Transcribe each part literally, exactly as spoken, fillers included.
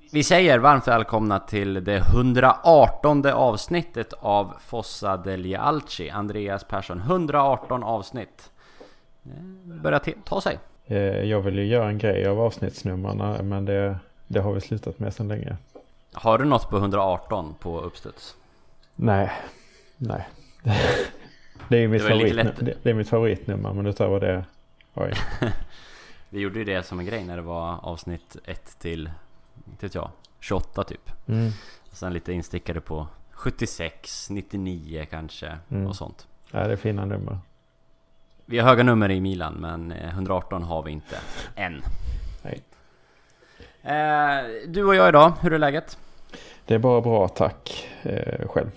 Vi säger varmt välkomna till det hundraartonde avsnittet av Fossa degli Alci. Andreas Persson, hundraarton avsnitt. Det börjar t- ta sig. Jag vill ju göra en grej av avsnittsnummerna, men det, det har vi slutat med sedan länge. Har du något på hundraarton på uppstuds? Nej, nej. Det är ju mitt, det favorit, lätt... det är mitt favoritnummer, men utöver det... Oj. Vi gjorde ju det som en grej när det var avsnitt ett till, till jag, tjugoåtta typ. Mm. Och sen lite instickade på sjuttiosex, nittionio kanske mm. och sånt. Ja, det är fina nummer. Vi har höga nummer i Milan, men hundraarton har vi inte än. Nej. Eh, du och jag idag, hur är läget? Det är bara bra, tack. Eh, själv.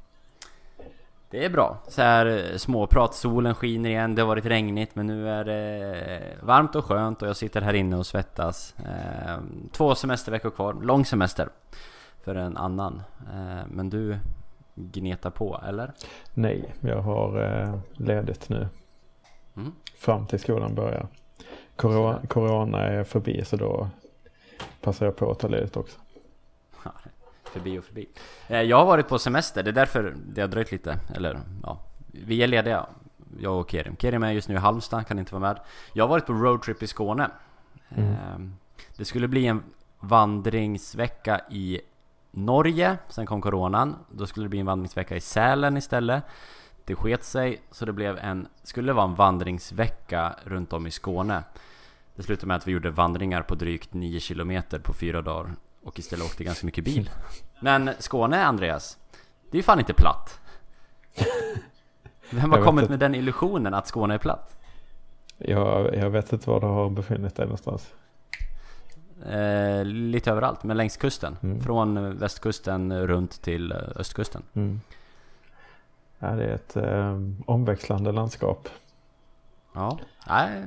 Det är bra. Så här småprat, solen skiner igen, det har varit regnigt, men nu är det varmt och skönt och jag sitter här inne och svettas. Eh, två semesterveckor kvar, lång semester för en annan. Eh, men du gnetar på, eller? Nej, jag har eh, ledigt nu. Mm. Fram till skolan börjar. Corona, corona är förbi, så då passar jag på att ta ledigt också. Förbi och förbi. Jag har varit på semester, det är därför det har dröjt lite. Eller ja, vi är lediga, jag och Kerim. Kerim är just nu i Halmstad, kan inte vara med. Jag har varit på roadtrip i Skåne. Mm. Det skulle bli en vandringsvecka i Norge, sen kom coronan. Då skulle det bli en vandringsvecka i Sälen istället. Det sket sig, så det blev en, skulle vara en vandringsvecka runt om i Skåne. Det slutade med att vi gjorde vandringar på drygt nio kilometer på fyra dagar. Och istället åkte ganska mycket bil. Men Skåne, Andreas, det är ju fan inte platt. Vem har kommit inte. med den illusionen att Skåne är platt? Jag, jag vet inte var det har befunnit dig någonstans. Eh, lite överallt, men längs kusten. Mm. Från västkusten runt till östkusten. Mm. Ja, det är ett eh, omväxlande landskap. Ja, nej,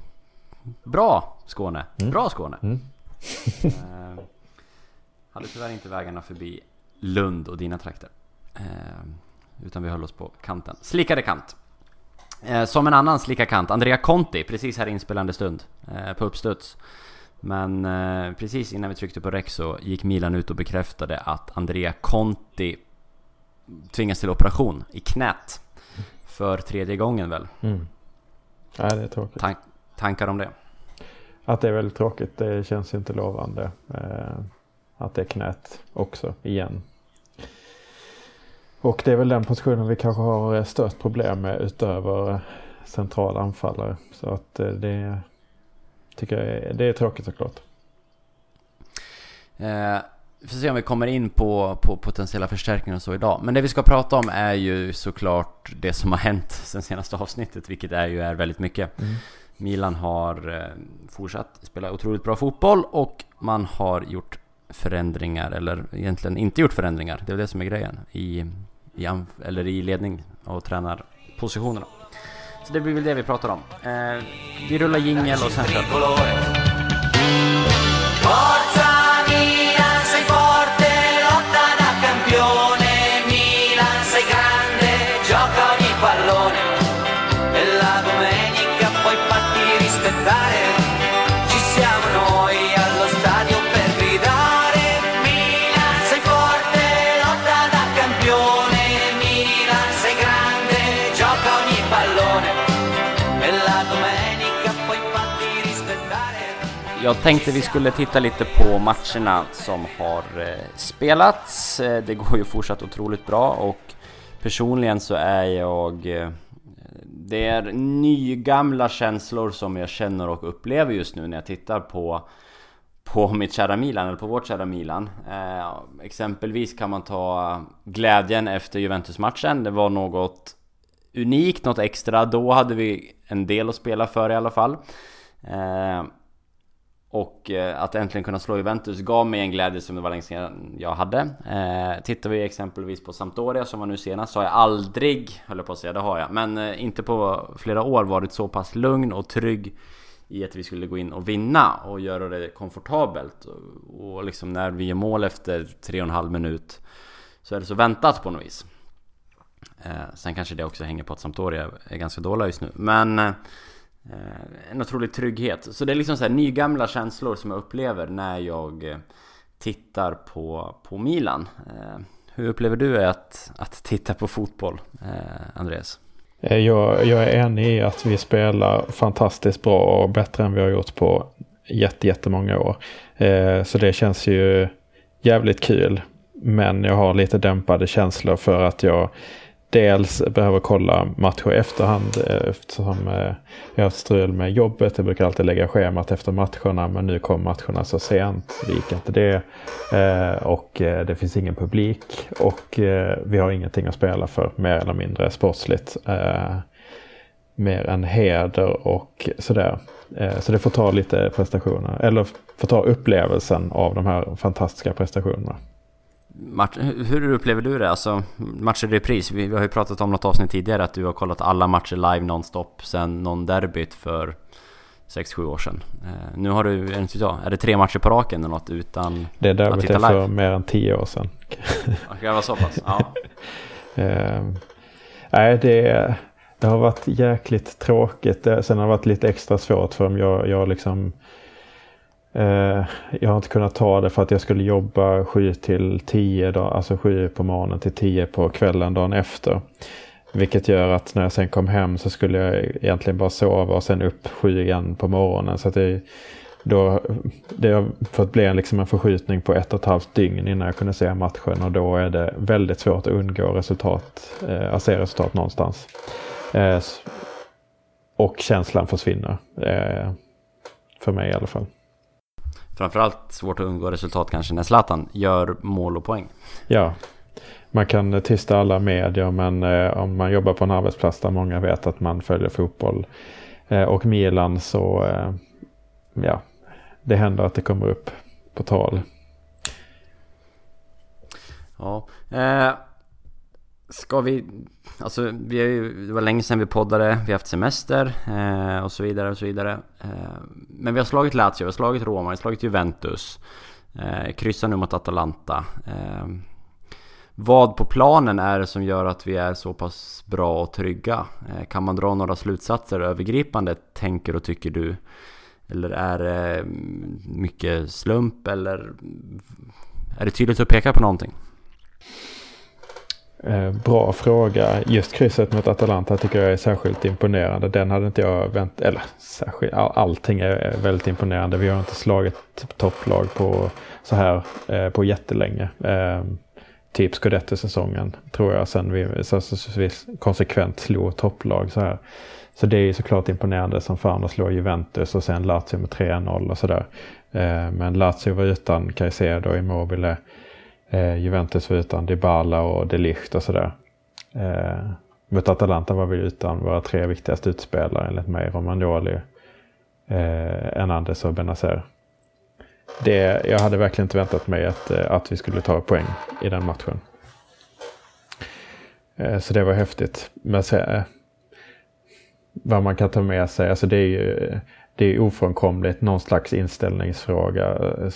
bra Skåne. Mm. Bra Skåne. Mm. eh, hade tyvärr inte vägarna förbi Lund och dina trakter. Eh, utan vi höll oss på kanten. Slickade kant. Eh, som en annan slicka kant, Andrea Conti, precis här inspelande stund eh, på uppstuds. Men eh, precis innan vi tryckte på rec så gick Milan ut och bekräftade att Andrea Conti tvingas till operation i knät för tredje gången väl. Mm. Ja, det är tråkigt. Tan- tankar om det? Att det är väldigt tråkigt, det känns ju inte lovande. Eh, att det är knät också igen. Och det är väl den positionen vi kanske har störst problem med utöver central anfallare. Så att det tycker jag är, det är tråkigt såklart. Eh, vi får se om vi kommer in på, på potentiella förstärkningar och så idag. Men det vi ska prata om är ju såklart det som har hänt sen senaste avsnittet, vilket är ju är väldigt mycket. Mm. Milan har eh, fortsatt spela otroligt bra fotboll och man har gjort förändringar, eller egentligen inte gjort förändringar, det är det som är grejen i, i, eller i ledning och tränarpositionerna. Så det blir väl det vi pratar om. Eh, vi rullar jingle och sen kör Forza Milan, sei forte, lotta da campione. Milan, sei grande, gioca ogni pallone. E la domenica puoi farti rispettare. Ci siamo noi allo stadio per gridare. Milan, sei forte, lotta da campione. Milan, sei grande, gioca ogni pallone. E la domenica puoi farti rispettare. Jag tänkte vi skulle titta lite på matcherna som har eh, spelats. Det går ju fortsatt otroligt bra och personligen så är jag... Eh, det är nygamla känslor som jag känner och upplever just nu när jag tittar på, på mitt kära Milan, eller på vårt kära Milan. Eh, exempelvis kan man ta glädjen efter Juventus-matchen. Det var något unikt, något extra. Då hade vi en del att spela för i alla fall. Eh, Och att äntligen kunna slå Juventus gav mig en glädje som det var länge sedan jag hade. eh, Tittar vi exempelvis på Sampdoria som var nu senast, så har jag aldrig, höll jag på att säga, det har jag, men eh, inte på flera år varit så pass lugn och trygg i att vi skulle gå in och vinna och göra det komfortabelt. Och, och liksom när vi är mål efter tre och en halv minut så är det så väntat på något vis. eh, Sen kanske det också hänger på att Sampdoria är ganska dåliga just nu, men eh, en otrolig trygghet. Så det är liksom så här nygamla känslor som jag upplever när jag tittar på, på Milan. Eh, hur upplever du att, att titta på fotboll, eh, Andreas? Jag, jag är enig i att vi spelar fantastiskt bra och bättre än vi har gjort på jätte, jättemånga år. Eh, så det känns ju jävligt kul. Men jag har lite dämpade känslor för att jag dels behöver kolla matcher i efterhand eftersom jag har strul med jobbet. Jag brukar alltid lägga schemat efter matcherna, men nu kom matcherna så sent. Det gick inte det. Och det finns ingen publik och vi har ingenting att spela för, mer eller mindre sportsligt. Mer än heder och sådär. Så det får ta lite prestationer, eller får ta upplevelsen av de här fantastiska prestationerna. Match, hur upplever du det? Alltså, matcher i repris. Vi, vi har ju pratat om något avsnitt tidigare att du har kollat alla matcher live nonstop sen någon derbyt för sex sju år sedan. Eh, nu har du, är, inte jag, är det tre matcher på raken eller något utan det derbyt att titta live? Det är för mer än tio år sedan. Det var så pass, ja. eh, nej, det, det har varit jäkligt tråkigt. Sen har det varit lite extra svårt för mig. Jag, jag liksom... Uh, jag har inte kunnat ta det för att jag skulle jobba sju till tio dag, alltså sju på morgonen till tio på kvällen dagen efter. Vilket gör att när jag sen kom hem så skulle jag egentligen bara sova och sen upp sju igen på morgonen. Så att det, då, det har fått bli en, liksom en förskjutning på ett och ett halvt dygn innan jag kunde se matchen. Och då är det väldigt svårt att undgå resultat, uh, att se resultat någonstans. Uh, och känslan försvinner. Uh, för mig i alla fall. Framförallt svårt att undgå resultat kanske när Zlatan gör mål och poäng. Ja, man kan tysta alla medier, men eh, om man jobbar på en arbetsplats där många vet att man följer fotboll eh, och Milan så eh, ja, det händer att det kommer upp på tal. Ja, eh, ska vi, alltså vi har ju, det var länge sedan vi poddade, vi har haft semester eh, och så vidare och så vidare. Eh, men vi har slagit Lazio, vi har slagit Roma, vi har slagit Juventus, eh, kryssar nu mot Atalanta. Eh, vad på planen är det som gör att vi är så pass bra och trygga? Eh, kan man dra några slutsatser övergripande, tänker och tycker du? Eller är det mycket slump, eller är det tydligt att peka på någonting? Eh, bra fråga. Just krysset mot Atalanta tycker jag är särskilt imponerande. Den hade inte jag väntat, eller särskilt, all, allting är väldigt imponerande. Vi har inte slagit topplag på så här eh, på jättelänge. Eh, typ Scudetto-säsongen tror jag, sen vi, så, så, så, vi konsekvent slog topplag så här. Så det är ju såklart imponerande som fan att slå Juventus och sen Lazio med tre noll och sådär. Eh, men Lazio var utan Caicedo, Immobile. Eh, Juventus var utan Dybala och De Ligt och sådär. Eh, mot Atalanta var vi utan våra tre viktigaste utspelare enligt mig. Romagnoli, eh, Hernandez och Benazer. Det, jag hade verkligen inte väntat mig att, att vi skulle ta poäng i den matchen. Eh, så det var häftigt. Men så, eh, vad man kan ta med sig, alltså det är ju det är ofrånkomligt någon slags inställningsfråga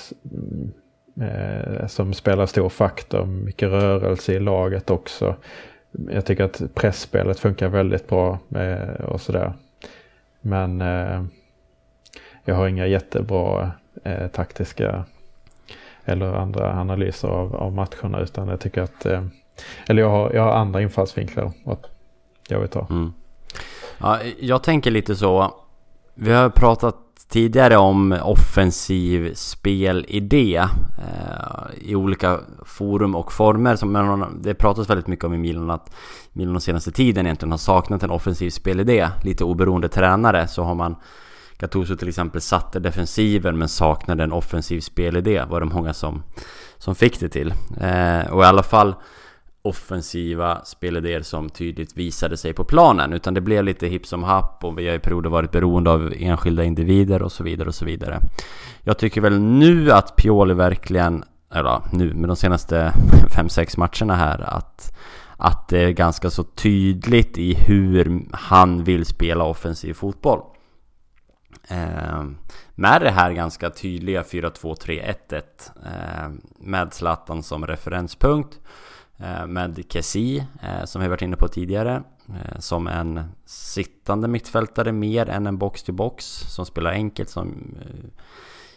eh, som spelar stor faktor. Mycket rörelse i laget också. Jag tycker att pressspelet funkar väldigt bra eh, och sådär. Men eh, jag har inga jättebra eh, taktiska eller andra analyser av, av matcherna, utan jag tycker att eh, eller jag har, jag har andra infallsvinklar att jag vill ta. Mm. Ja, jag tänker lite så. Vi har pratat tidigare om offensiv spelidé eh, i olika forum och former. Som det pratas väldigt mycket om i Milan, att Milan den senaste tiden egentligen har saknat en offensiv spelidé. Lite oberoende tränare så har man, Gattuso till exempel, satte defensiven men saknade en offensiv spelidé. Var det många som, som fick det till. Eh, och i alla fall offensiva spelidéer som tydligt visade sig på planen, utan det blev lite hipp som happ och vi har i perioder varit beroende av enskilda individer och så vidare och så vidare. Jag tycker väl nu att Pioli verkligen, eller nu med de senaste fem sex matcherna här, att, att det är ganska så tydligt i hur han vill spela offensiv fotboll. Eh, med det här ganska tydliga fyra två tre ett ett eh, med Zlatan som referenspunkt, med Kessie eh, som vi varit inne på tidigare, eh, som en sittande mittfältare mer än en box-to-box som spelar enkelt, som eh,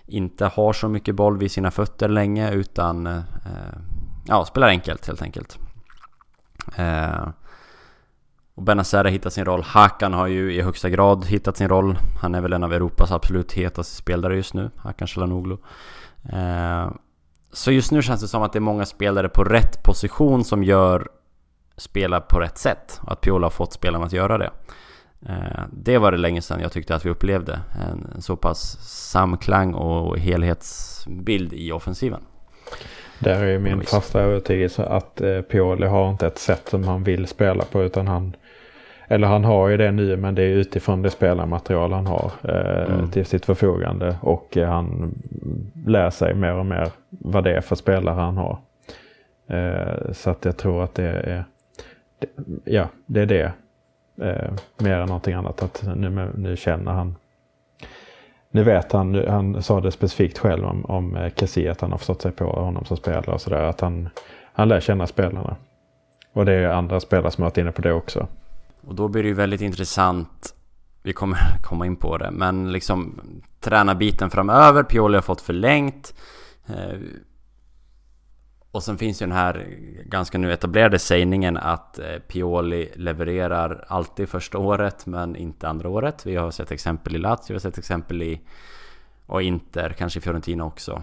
inte har så mycket boll vid sina fötter länge, utan eh, ja, spelar enkelt helt enkelt. Eh, och Benazer hittar sin roll. Hakan har ju i högsta grad hittat sin roll. Han är väl en av Europas absolut hetaste spelare just nu, Hakan Çalhanoğlu. Eh, så just nu känns det som att det är många spelare på rätt position som gör spelar på rätt sätt, och att Pioli har fått spelarna att göra det. Eh, det var det länge sedan jag tyckte att vi upplevde en, en så pass samklang och helhetsbild i offensiven. Där är min fasta övertygelse att eh, Pioli har inte ett sätt som han vill spela på, utan han, eller han har ju det nu, men det är utifrån det spelarmaterial han har eh, mm. till sitt förfogande, och eh, han lär sig mer och mer vad det är för spelare han har. Eh, så att jag tror att det är det, ja, det är det eh, mer än någonting annat, att nu, nu känner han, nu vet han, han sa det specifikt själv om, om Kessie, att han har förstått sig på honom som spelare och sådär, att han, han lär känna spelarna. Och det är andra spelare som har varit inne på det också. Och då blir det ju väldigt intressant, vi kommer komma in på det, men liksom tränarbiten framöver. Pioli har fått förlängt. Eh, och sen finns ju den här ganska nu etablerade sägningen att eh, Pioli levererar alltid första året men inte andra året. Vi har sett exempel i Lazio, vi har sett exempel i och Inter, kanske i Fiorentina också.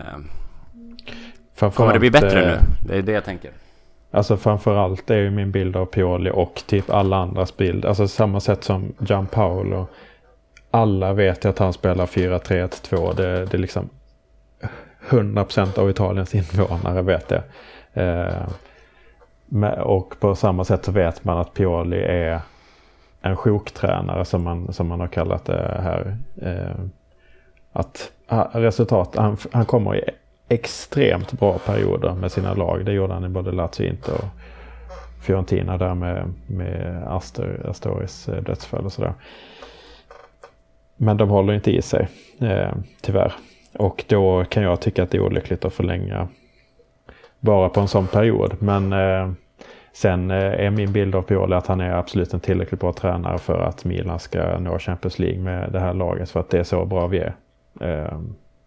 Eh, kommer det bli bättre nu? Det är det jag tänker. Alltså framförallt är ju min bild av Pioli och typ alla andras bild. Alltså samma sätt som Gianpaolo. Alla vet att han spelar fyra tre ett två. Det, det är liksom hundra procent av Italiens invånare vet det. Eh, och på samma sätt så vet man att Pioli är en sjoktränare som man, som man har kallat det här. Eh, att resultat, han, han kommer i extremt bra perioder med sina lag. Det gjorde han i både Lazio, Inter och Fiorentina där med, med Astor, Astoris dödsfall och sådär. Men de håller inte i sig, eh, tyvärr. Och då kan jag tycka att det är olyckligt att förlänga bara på en sån period. Men eh, sen eh, är min bild av Pioli att han är absolut en tillräckligt bra tränare för att Milan ska nå Champions League med det här laget, för att det är så bra vi är. Eh,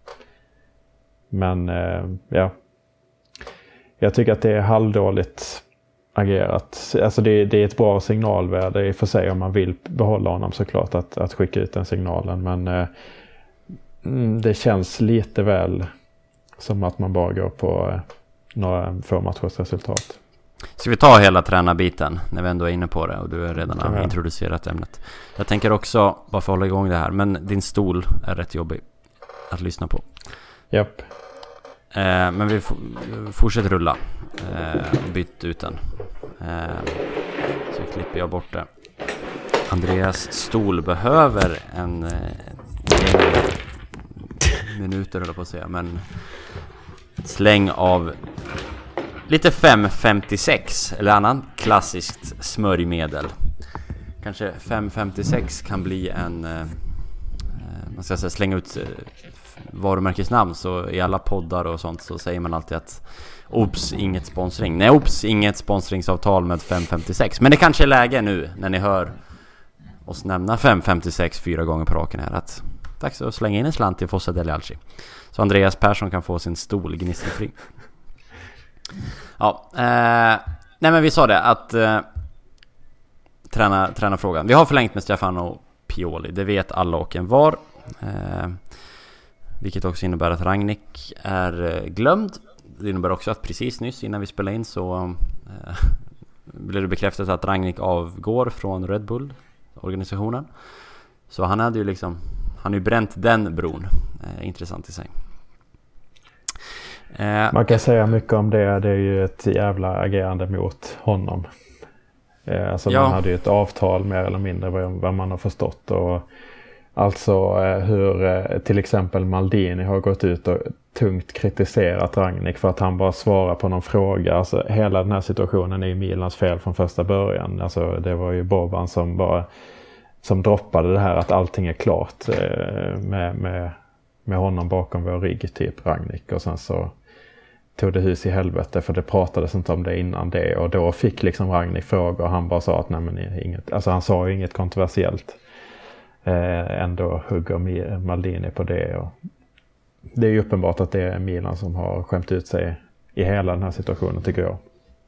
Men eh, ja, jag tycker att det är halvdåligt agerat. Alltså det, det är ett bra signalvärde i för sig om man vill behålla honom såklart, att, att skicka ut den signalen. Men eh, det känns lite väl som att man bara går på eh, några få matchers resultat. Ska vi ta hela tränarbiten när vi ändå är inne på det och du har redan ja. introducerat ämnet. Jag tänker också, bara för att hålla igång det här, men din stol är rätt jobbig att lyssna på. Japp. Eh, men vi f- fortsätter rulla. Eh, bytt ut den. Eh, så klipper jag bort det. Andreas stol behöver en eh, minuter eller på att säga, men släng av lite fem femtiosex eller annan klassiskt smörjmedel. Kanske fem femtiosex kan bli en eh, man ska säga slänga ut eh, varumärkesnamn, så i alla poddar och sånt så säger man alltid att ops, inget sponsring. Nej, ops, inget sponsringsavtal med fem femtiosex. Men det kanske är läge nu när ni hör oss nämna fem femtiosex fyra gånger på raken här att dags att slänga in en slant till Fossa Deli Alci, så Andreas Persson kan få sin stol gnisselfri. Ja, eh, nej men vi sa det att eh, träna, träna frågan. Vi har förlängt med Stefano Pioli, det vet alla och en var. Eh, vilket också innebär att Rangnick är eh, glömd. Det innebär också att precis nyss innan vi spelade in så eh, blev det bekräftat att Rangnick avgår från Red Bull organisationen. Så han hade ju liksom han har ju bränt den bron. Eh, intressant i sig. Eh, Man kan säga mycket om det. Det är ju ett jävla agerande mot honom. Eh, alltså ja. Man hade ju ett avtal mer eller mindre vad, vad man har förstått. Och alltså eh, hur eh, till exempel Maldini har gått ut och tungt kritiserat Rangnick för att han bara svarar på någon fråga. Alltså hela den här situationen är ju Milans fel från första början. Alltså det var ju Boban som bara som droppade det här att allting är klart eh, med, med, med honom bakom vår rygg typ Rangnick, och sen så tog det hus i helvete för det pratades inte om det innan det, och då fick liksom Rangnick frågor och han bara sa att nej men inget, alltså han sa ju inget kontroversiellt. Eh, ändå hugger Maldini på det, och det är ju uppenbart att det är Milan som har skämt ut sig i hela den här situationen, tycker jag.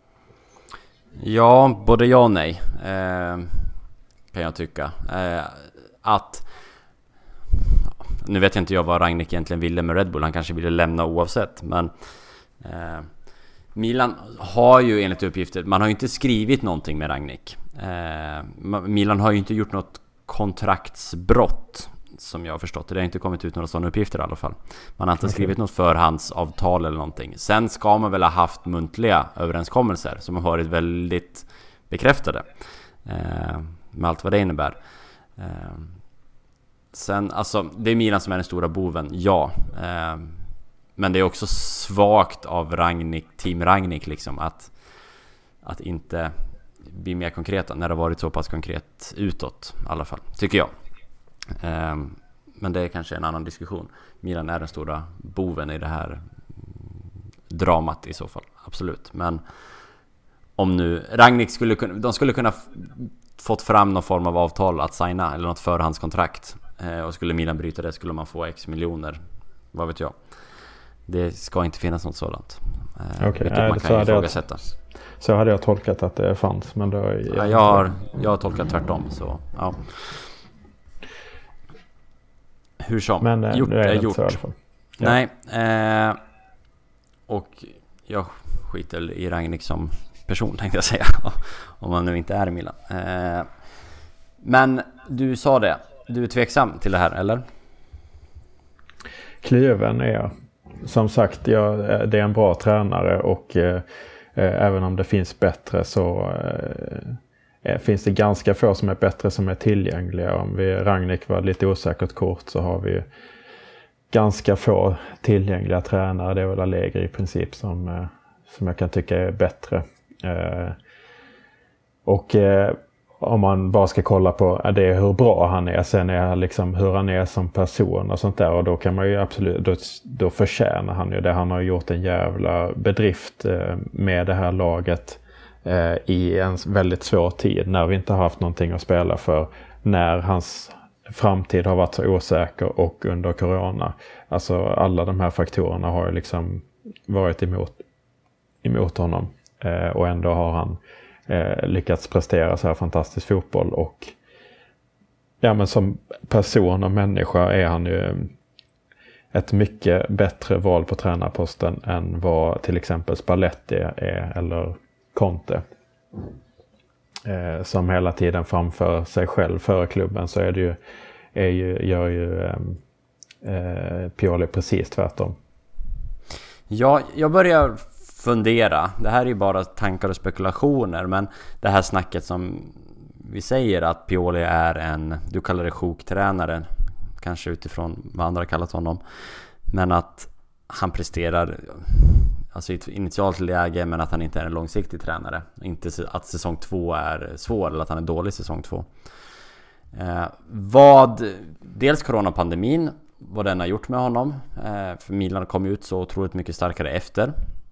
Ja, både ja och nej eh, kan jag tycka. Eh, att nu vet jag inte jag vad Rangnick egentligen ville med Red Bull. Han kanske ville lämna oavsett. Men eh, Milan har ju enligt uppgifter, man har ju inte skrivit någonting med Rangnick. eh, Milan har ju inte gjort något kontraktsbrott, som jag har förstått det. Det har inte kommit ut några sådana uppgifter i alla fall. Man har inte okay. skrivit något förhandsavtal eller någonting. Sen ska man väl ha haft muntliga överenskommelser som har varit väldigt bekräftade eh, med allt vad det innebär. eh, Sen, alltså, det är Milan som är den stora boven, ja. Eh, men det är också svagt av Rangnick, team Rangnick liksom, att, att inte bli mer konkreta när det har varit så pass konkret utåt i alla fall, tycker jag. Eh, men det är kanske en annan diskussion. Milan är den stora boven i det här dramat i så fall, absolut. Men om nu Rangnick skulle kunna, de skulle kunna f- fått fram någon form av avtal att signa eller något förhandskontrakt, och skulle Milan bryta det skulle man få x miljoner, vad vet jag. Det ska inte finnas något sådant. Okej, okay. Man kan så, ifrågasätta. jag, så hade jag tolkat att det fanns, men då, jag, ja, jag, har, jag har tolkat tvärtom, så ja. Hur som, men, gjort är, är gjort. Ja. Nej, eh, och jag skiter i Rangnick som person, tänkte jag säga, om man nu inte är i Milan. Eh, men du sa det, du är tveksam till det här, eller? Kluven är jag. Som sagt, jag, det är en bra tränare, och eh, även om det finns bättre så eh, finns det ganska få som är bättre som är tillgängliga. Om vi Rangnick var lite osäkert kort, så har vi ganska få tillgängliga tränare. Det är väl Allegri i princip som, eh, som jag kan tycka är bättre. Eh, och eh, om man bara ska kolla på det, hur bra han är, sen är liksom hur han är som person och sånt där, och då kan man ju absolut, då, då förtjänar han ju det. Han har gjort en jävla bedrift eh, med det här laget eh, i en väldigt svår tid, när vi inte har haft någonting att spela för, när hans framtid har varit så osäker, och under corona. Alltså alla de här faktorerna har ju liksom varit emot, emot honom, eh, och ändå har han Eh, lyckats prestera så här fantastisk fotboll, och ja, men som person och människa är han ju ett mycket bättre val på tränarposten än vad till exempel Spalletti är, eller Conte, eh, som hela tiden framför sig själv före klubben. Så är det ju, är ju, gör ju eh, Pioli precis tvärtom. Ja, jag börjar fundera. Det här är ju bara tankar och spekulationer, men det här snacket som vi säger att Pioli är en, du kallar det sjoktränare, kanske utifrån vad andra kallat honom, men att han presterar alltså i ett initialt läge, men att han inte är en långsiktig tränare. Inte att säsong två är svår, eller att han är dålig i säsong två. Eh, vad dels coronapandemin, vad den har gjort med honom, eh, för Milan kom ut så otroligt mycket starkare efter.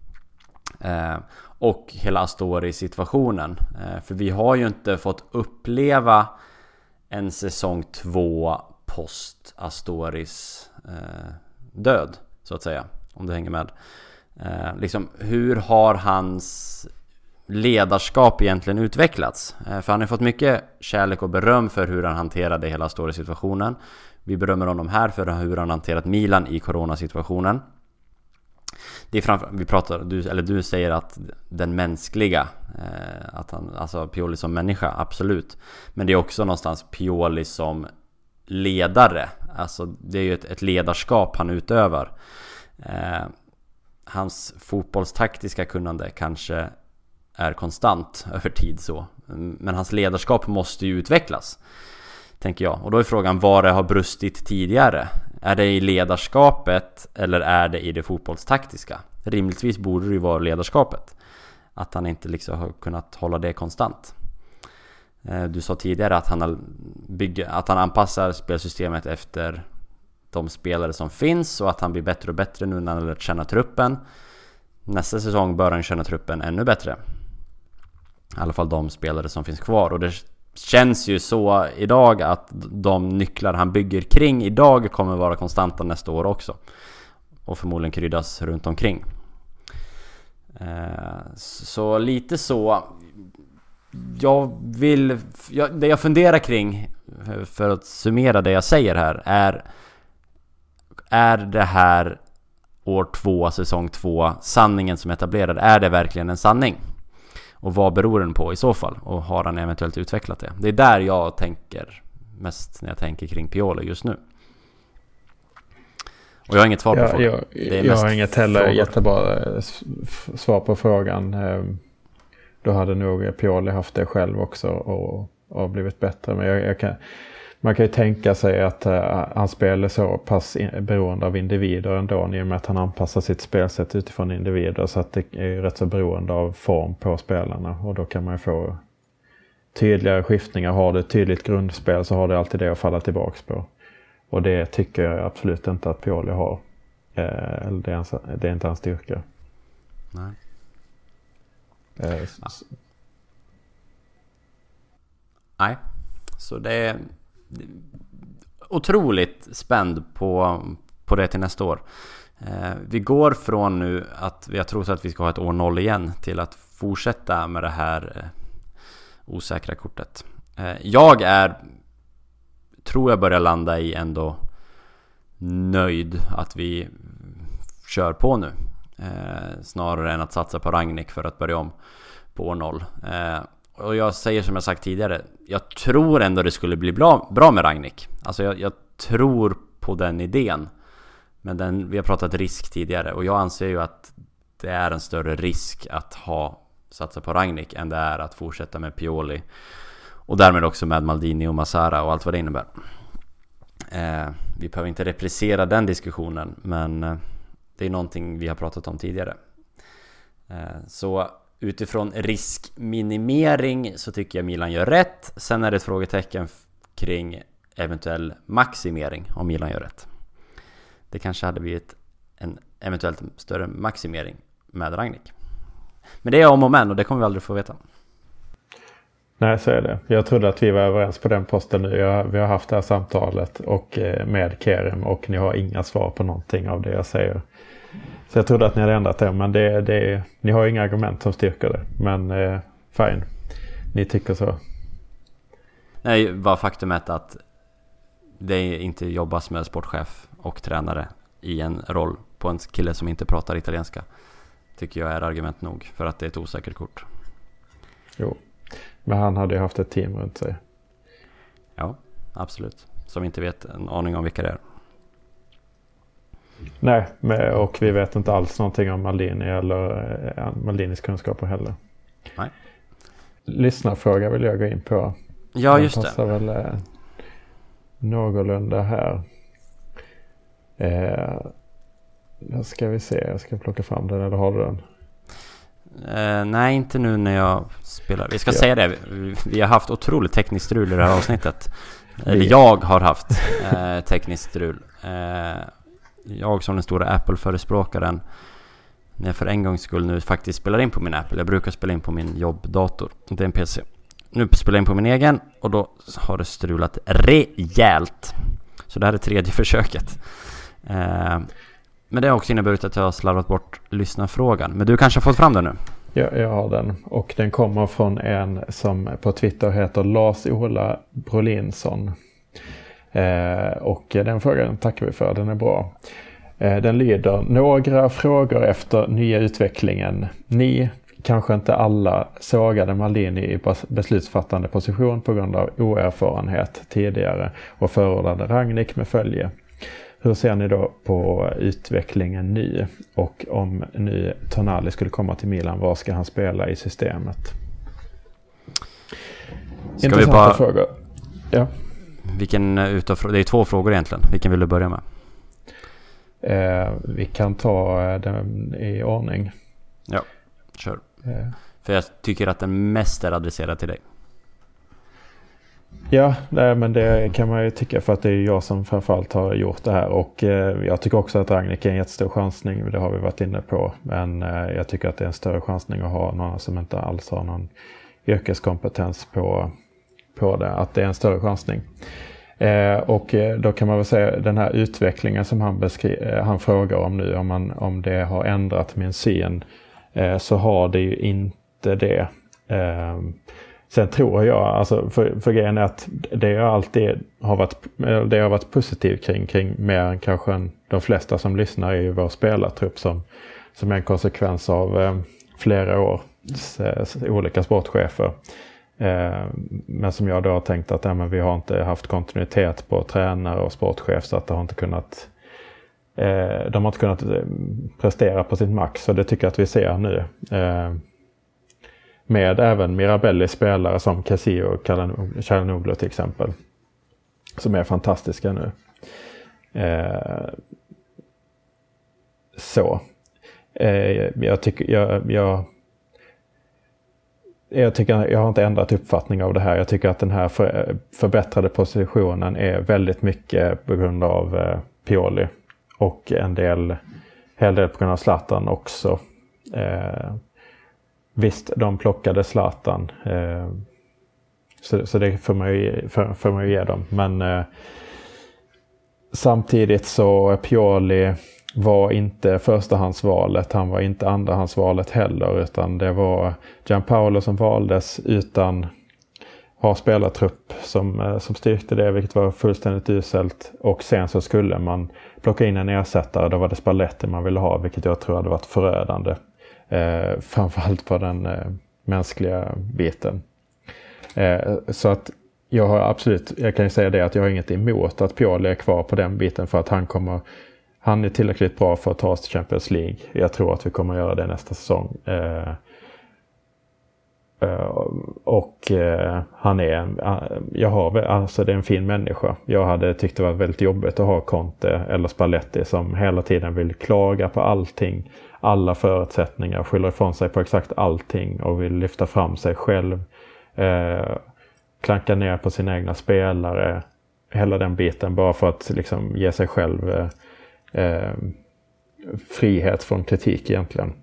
Eh, och hela Astori-situationen, eh, för vi har ju inte fått uppleva en säsong två post Astoris eh, död, så att säga, om du hänger med. Eh, liksom, hur har hans ledarskap egentligen utvecklats? Eh, för han har fått mycket kärlek och beröm för hur han hanterade hela Astori-situationen. Vi berömmer honom här för hur han hanterat Milan i coronasituationen. Det är framför, vi pratar, du, eller du säger att den mänskliga, eh, att han, alltså Pioli som människa, absolut. Men det är också någonstans Pioli som ledare. Alltså det är ju ett, ett ledarskap han utövar. Eh, hans fotbollstaktiska kunnande kanske är konstant över tid så. Men hans ledarskap måste ju utvecklas, tänker jag. Och då är frågan, vad det har brustit tidigare. Är det i ledarskapet eller är det i det fotbollstaktiska? Rimligtvis borde det ju vara ledarskapet. Att han inte liksom har kunnat hålla det konstant. Du sa tidigare att han, bygger, att han anpassar spelsystemet efter de spelare som finns, och att han blir bättre och bättre nu när han har lärt känna truppen. Nästa säsong bör han känna truppen ännu bättre. I alla fall de spelare som finns kvar. Och det känns ju så idag att de nycklar han bygger kring idag kommer vara konstanta nästa år också. och förmodligen kryddas runt omkring. Så lite så. Jag vill jag, det jag funderar kring, för att summera det jag säger här, är är det här år två, säsong två, sanningen som etablerad? Är det verkligen en sanning? Och vad beror den på i så fall? Och har han eventuellt utvecklat det? Det är där jag tänker mest när jag tänker kring Pioli just nu. Och jag har inget svar på ja, frågan. Jag, det är jag har inget heller frågor. Jättebra svar på frågan. Då hade nog Pioli haft det själv också och, och blivit bättre. Men jag, jag kan, man kan ju tänka sig att uh, han spelar så pass in, beroende av individer ändå, i och med att han anpassar sitt spelsätt utifrån individer, så att det är rätt så beroende av form på spelarna, och då kan man ju få tydligare skiftningar. Har du ett tydligt grundspel så har du alltid det att falla tillbaka på, och det tycker jag absolut inte att Pioli har. Eh, eller det, är hans, det är inte hans styrka. Nej. Eh, ja. Nej, så det är otroligt spänd på, på det till nästa år. Eh, vi går från nu att vi har trott att vi ska ha ett år noll igen till att fortsätta med det här eh, osäkra kortet. Eh, jag är, tror jag börjar landa i ändå nöjd att vi kör på nu. Eh, snarare än att satsa på Rangnick för att börja om på år noll. Eh, Och jag säger som jag sagt tidigare, jag tror ändå det skulle bli bra, bra med Rangnick. Alltså jag, jag tror på den idén. Men den, vi har pratat risk tidigare, och jag anser ju att det är en större risk att ha satsa på Rangnick än det är att fortsätta med Pioli. Och därmed också med Maldini och Massara och allt vad det innebär. Eh, vi behöver inte reprisera den diskussionen, men eh, det är någonting vi har pratat om tidigare. Eh, så... Utifrån riskminimering så tycker jag Milan gör rätt. Sen är det ett frågetecken kring eventuell maximering om Milan gör rätt. Det kanske hade blivit en eventuellt större maximering med Rangnick. Men det är om och men, och det kommer vi aldrig få veta. Nej, så är det. Jag trodde att vi var överens på den posten nu. Jag, vi har haft det här samtalet och med Kerem, och ni har inga svar på någonting av det jag säger. Så jag trodde att ni hade ändrat det, men det, det, ni har inga argument som styrker det. Men eh, fine, ni tycker så. Nej, vad faktumet att det inte jobbas med sportchef och tränare i en roll på en kille som inte pratar italienska, tycker jag är argument nog för att det är ett osäkert kort. Jo, men han hade ju haft ett team runt sig. Ja, absolut. Som inte vet en aning om vilka det är. Nej, och vi vet inte alls någonting om Maldini eller äh, Maldinis kunskaper heller. Nej. Lyssnarfråga vill jag gå in på. Ja, just det. Passar väl äh, någorlunda här. Eh, ska vi se, jag ska plocka fram den, eller har du den? Eh, nej, inte nu när jag spelar. Vi ska ja. säga det, vi, vi har haft otroligt tekniskt strul i det här avsnittet. Eller jag har haft eh, tekniskt strul. Eh, Jag som den stora Apple-förespråkaren, när jag för en gångs skull nu faktiskt spelar in på min Apple. Jag brukar spela in på min jobbdator, det är en P C. Nu spelar jag in på min egen, och då har det strulat rejält. Så det här är tredje försöket. eh, Men det har också inneburit att jag har slarvat bort lyssnarfrågan. Men du kanske har fått fram den nu? Ja, jag har den, och den kommer från en som på Twitter heter Lars-Ola Brolinsson. Eh, och den frågan tackar vi för, den är bra. Eh, den lyder: några frågor efter nya utvecklingen. Ni, kanske inte alla, sågade Maldini i beslutsfattande position på grund av oerfarenhet tidigare och förordade Rangnick med följe. Hur ser ni då på utvecklingen nu? Och om nu Tonali skulle komma till Milan, vad ska han spela i systemet? Ska Intressanta vi bara... frågor. Ja. Vilken utav, det är två frågor egentligen. Vilken vill du börja med? Eh, vi kan ta den i ordning. Ja, kör. Eh. För jag tycker att den mest är adresserad till dig. Ja, nej, men det kan man ju tycka, för att det är jag som framförallt har gjort det här. Och eh, jag tycker också att Rangnick är en jättestor chansning. Det har vi varit inne på. Men eh, jag tycker att det är en större chansning att ha någon som inte alls har någon yrkeskompetens på, på det. Att det är en större chansning. Eh, och då kan man väl säga den här utvecklingen som han, beskri- han frågar om nu, om, man, om det har ändrat min syn, eh, så har det ju inte det. Eh, sen tror jag, alltså för, för grejen är att det jag alltid har varit, det jag har varit positiv kring, kring mer än kanske än de flesta som lyssnar, är ju vår spelartrupp som, som är en konsekvens av eh, flera år eh, olika sportchefer. Men som jag då har tänkt att ja, men vi har inte haft kontinuitet på tränare och sportchef, så att det har inte kunnat, eh, de har inte kunnat prestera på sitt max, och det tycker jag att vi ser nu. Eh, med även Mirabelli spelare som Casillo och Calhanoglu till exempel, som är fantastiska nu. Eh, så. Eh, jag tycker jag... jag Jag tycker jag har inte ändrat uppfattning av det här. Jag tycker att den här för, förbättrade positionen är väldigt mycket på grund av eh, Pioli. Och en del, hel del på grund av Zlatan också. Eh, visst, de plockade Zlatan. Eh, så, så det får man ju, för, får man ju ge dem. Men eh, samtidigt så Pioli var inte förstahandsvalet, han var inte andrahandsvalet heller, utan det var Gianpaolo som valdes utan ha spelartrupp som, som styrkte det, vilket var fullständigt uselt. Och sen så skulle man plocka in en ersättare, då var det Spalletti man ville ha, vilket jag tror hade varit förödande. Eh, framförallt på den eh, mänskliga biten. Eh, så att jag har absolut, jag kan ju säga det att jag har inget emot att Pioli är kvar på den biten, för att han kommer Han är tillräckligt bra för att ta oss till Champions League. Jag tror att vi kommer att göra det nästa säsong. Eh, eh, och eh, han är, eh, jag har, alltså det är en fin människa. Jag hade tyckt det var väldigt jobbigt att ha Conte eller Spalletti som hela tiden vill klaga på allting. Alla förutsättningar, skyller ifrån sig på exakt allting och vill lyfta fram sig själv. Eh, klanka ner på sina egna spelare. Hela den biten, bara för att liksom ge sig själv eh, Eh, frihet från kritik egentligen.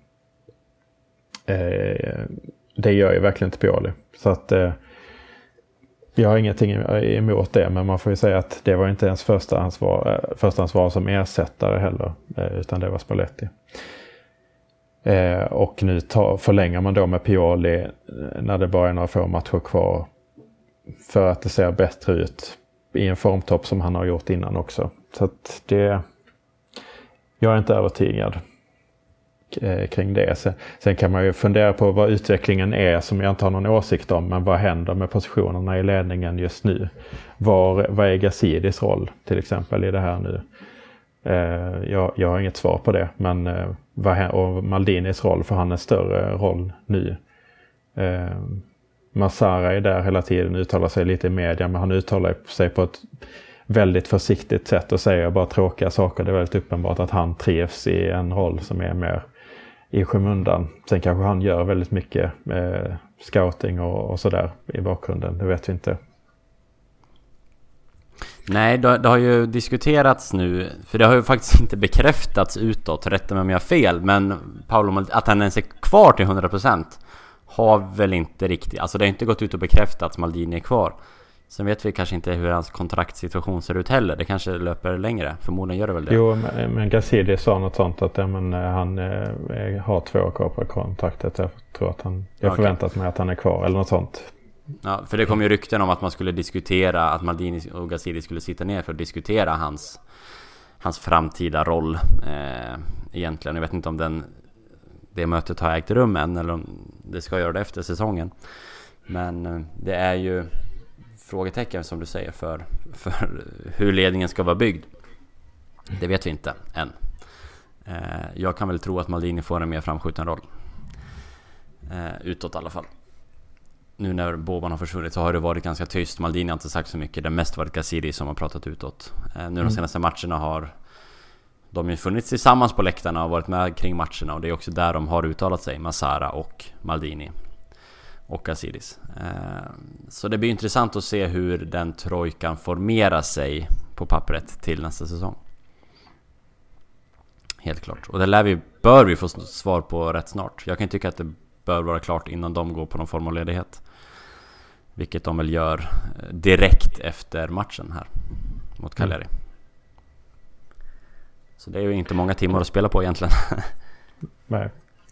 Eh, det gör ju verkligen inte Pioli. Så att eh, jag har ingenting emot det, men man får ju säga att det var inte ens första ansvar, eh, första ansvar som ersättare heller, eh, utan det var Spalletti. Eh, och nu tar, förlänger man då med Pioli när det bara är några få matcher kvar, för att det ser bättre ut i en formtopp som han har gjort innan också. Så att det, jag är inte övertygad kring det. Sen, sen kan man ju fundera på vad utvecklingen är, som jag inte har någon åsikt om, men vad händer med positionerna i ledningen just nu? Var, vad är Gazidis roll till exempel i det här nu? Eh, jag, jag har inget svar på det, men eh, vad, och Maldinis roll, för han är större roll nu. Eh, Massara är där hela tiden, uttalar sig lite i media, men han uttalar sig på ett väldigt försiktigt sätt och säger bara tråkiga saker. Det är väldigt uppenbart att han trivs i en roll som är mer i skymundan. Sen kanske han gör väldigt mycket eh, scouting och, och sådär i bakgrunden. Det vet vi inte. Nej, det, det har ju diskuterats nu, för det har ju faktiskt inte bekräftats utåt, rätta mig om jag har fel, men Paolo, att han ens är kvar till hundra procent har väl inte riktigt, alltså det har inte gått ut och bekräftats att Maldini är kvar. Sen vet vi kanske inte hur hans kontraktssituation ser ut heller. Det kanske löper längre. Förmodligen gör det väl det. Jo, men, men Gazidi sa något sånt att ja, men, han eh, har två år kvar på kontraktet. Jag tror att han, jag okay. förväntat mig att han är kvar eller något sånt. Ja, för det kom ju rykten om att man skulle diskutera, att Maldini och Gazidi skulle sitta ner för att diskutera hans, hans framtida roll eh, egentligen. Jag vet inte om den, det mötet har ägt rum än, eller om det ska göra det efter säsongen. Men eh, det är ju frågetecken som du säger för, för hur ledningen ska vara byggd. Det vet vi inte än. Eh, jag kan väl tro att Maldini får en mer framskjuten roll. Eh, utåt i alla fall. Nu när Boban har försvunnit så har det varit ganska tyst. Maldini har inte sagt så mycket. Det har mest varit Gazidi som har pratat utåt. Eh, nu mm. de senaste matcherna har de ju funnits tillsammans på läktarna och varit med kring matcherna. Och det är också där de har uttalat sig. Massara och Maldini. Och Gazidis. Eh, så det blir intressant att se hur den trojkan formerar sig på pappret till nästa säsong. Helt klart. Och det lär vi, bör vi få svar på rätt snart. Jag kan tycka att det bör vara klart innan de går på någon form av ledighet. vilket de väl gör direkt efter matchen här mot Cagliari. Mm. Så det är ju inte många timmar att spela på egentligen. Nej.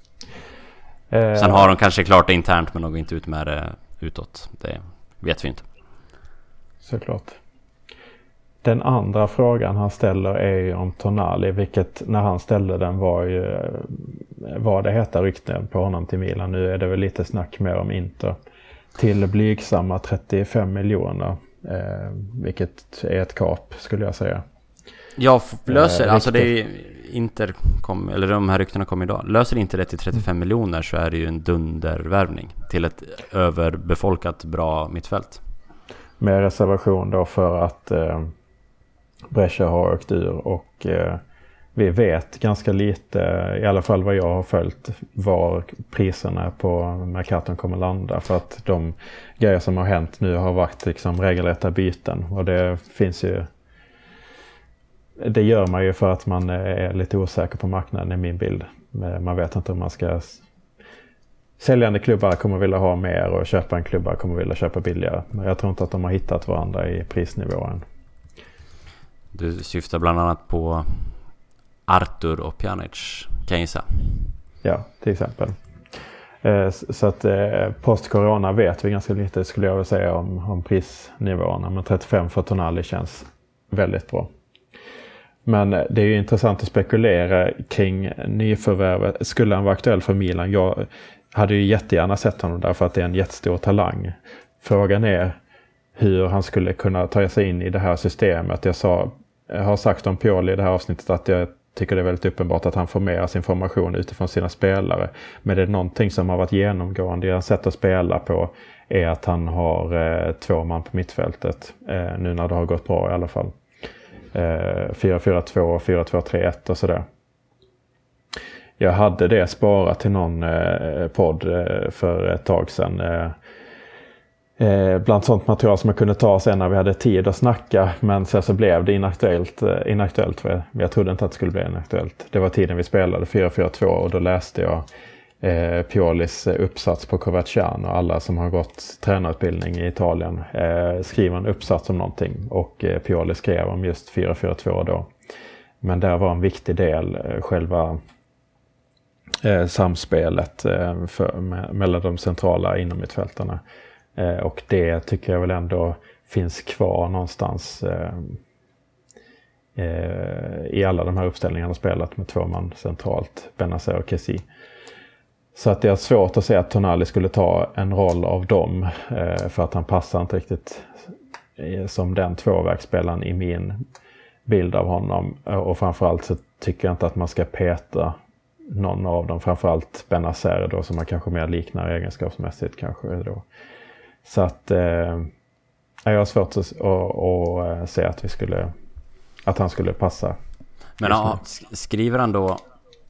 Sen har de kanske klart det internt, men de går inte ut med det utåt. Det vet vi inte. Såklart. Den andra frågan han ställer är ju om Tonali, vilket när han ställde den var ju var det heta rykten på honom till Milan. Nu är det väl lite snack mer om Inter. Till blygsamma trettiofem miljoner, eh, vilket är ett kap skulle jag säga. Ja, löser, eh, alltså det är Inter kom, eller de här ryktena kom idag. Löser inte det till trettiofem mm. miljoner så är det ju en dundervärvning till ett överbefolkat bra mittfält. Med reservation då för att eh, Brescia har åkt ur och eh, vi vet ganska lite, i alla fall vad jag har följt, var priserna på Mercaton kommer landa, för att de grejer som har hänt nu har varit liksom regelrätta byten, och det finns ju, det gör man ju för att man är lite osäker på marknaden i min bild. Man vet inte om man ska, säljande klubbar kommer vilja ha mer och köpa en klubbar kommer vilja köpa billigare, men jag tror inte att de har hittat varandra i prisnivån. Du syftar bland annat på Artur och Pjanic, kan jag gissa. Ja, till exempel. Så att post-corona vet vi ganska lite, skulle jag vilja säga, om, om prisnivåerna. Men trettiofem för Tonali känns väldigt bra. Men det är ju intressant att spekulera kring nyförvärvet. Skulle han vara aktuell för Milan? Jag hade ju jättegärna sett honom där för att det är en jättestor talang. Frågan är hur han skulle kunna ta sig in i det här systemet. Jag, sa, jag har sagt om Pioli i det här avsnittet att jag tycker det är väldigt uppenbart att han formerar sin information utifrån sina spelare. Men det är någonting som har varit genomgående i hans sätt att spela på är att han har eh, två man på mittfältet. Eh, nu när det har gått bra i alla fall. Eh, fyra fyra två, fyra två tre ett och sådär. Jag hade det sparat till någon eh, podd eh, för ett tag sedan. Eh, Eh, bland sånt material som man kunde ta sen när vi hade tid att snacka, men sen så blev det inaktuellt, eh, inaktuellt för jag. jag trodde inte att det skulle bli inaktuellt. Det var tiden vi spelade fyra fyra två och då läste jag eh, Piolis uppsats på Coverciano. Alla som har gått tränarutbildning i Italien eh, skriver en uppsats om någonting, och eh, Pioli skrev om just fyra fyra två då. Men där var en viktig del eh, själva eh, samspelet eh, för, med, mellan de centrala inom mittfältarna. Och det tycker jag väl ändå finns kvar någonstans eh, eh, i alla de här uppställningarna spelat med två man centralt, Benazer och Kessie. Så att det är svårt att säga att Tonali skulle ta en roll av dem eh, för att han passar inte riktigt eh, som den tvåvägsspelaren i min bild av honom. Och framförallt så tycker jag inte att man ska peta någon av dem, framförallt Benazer då, som man kanske mer liknar egenskapsmässigt kanske då. Så att eh, jag har svårt att, att, att säga att vi skulle, att han skulle passa. Men ja, skriver han då,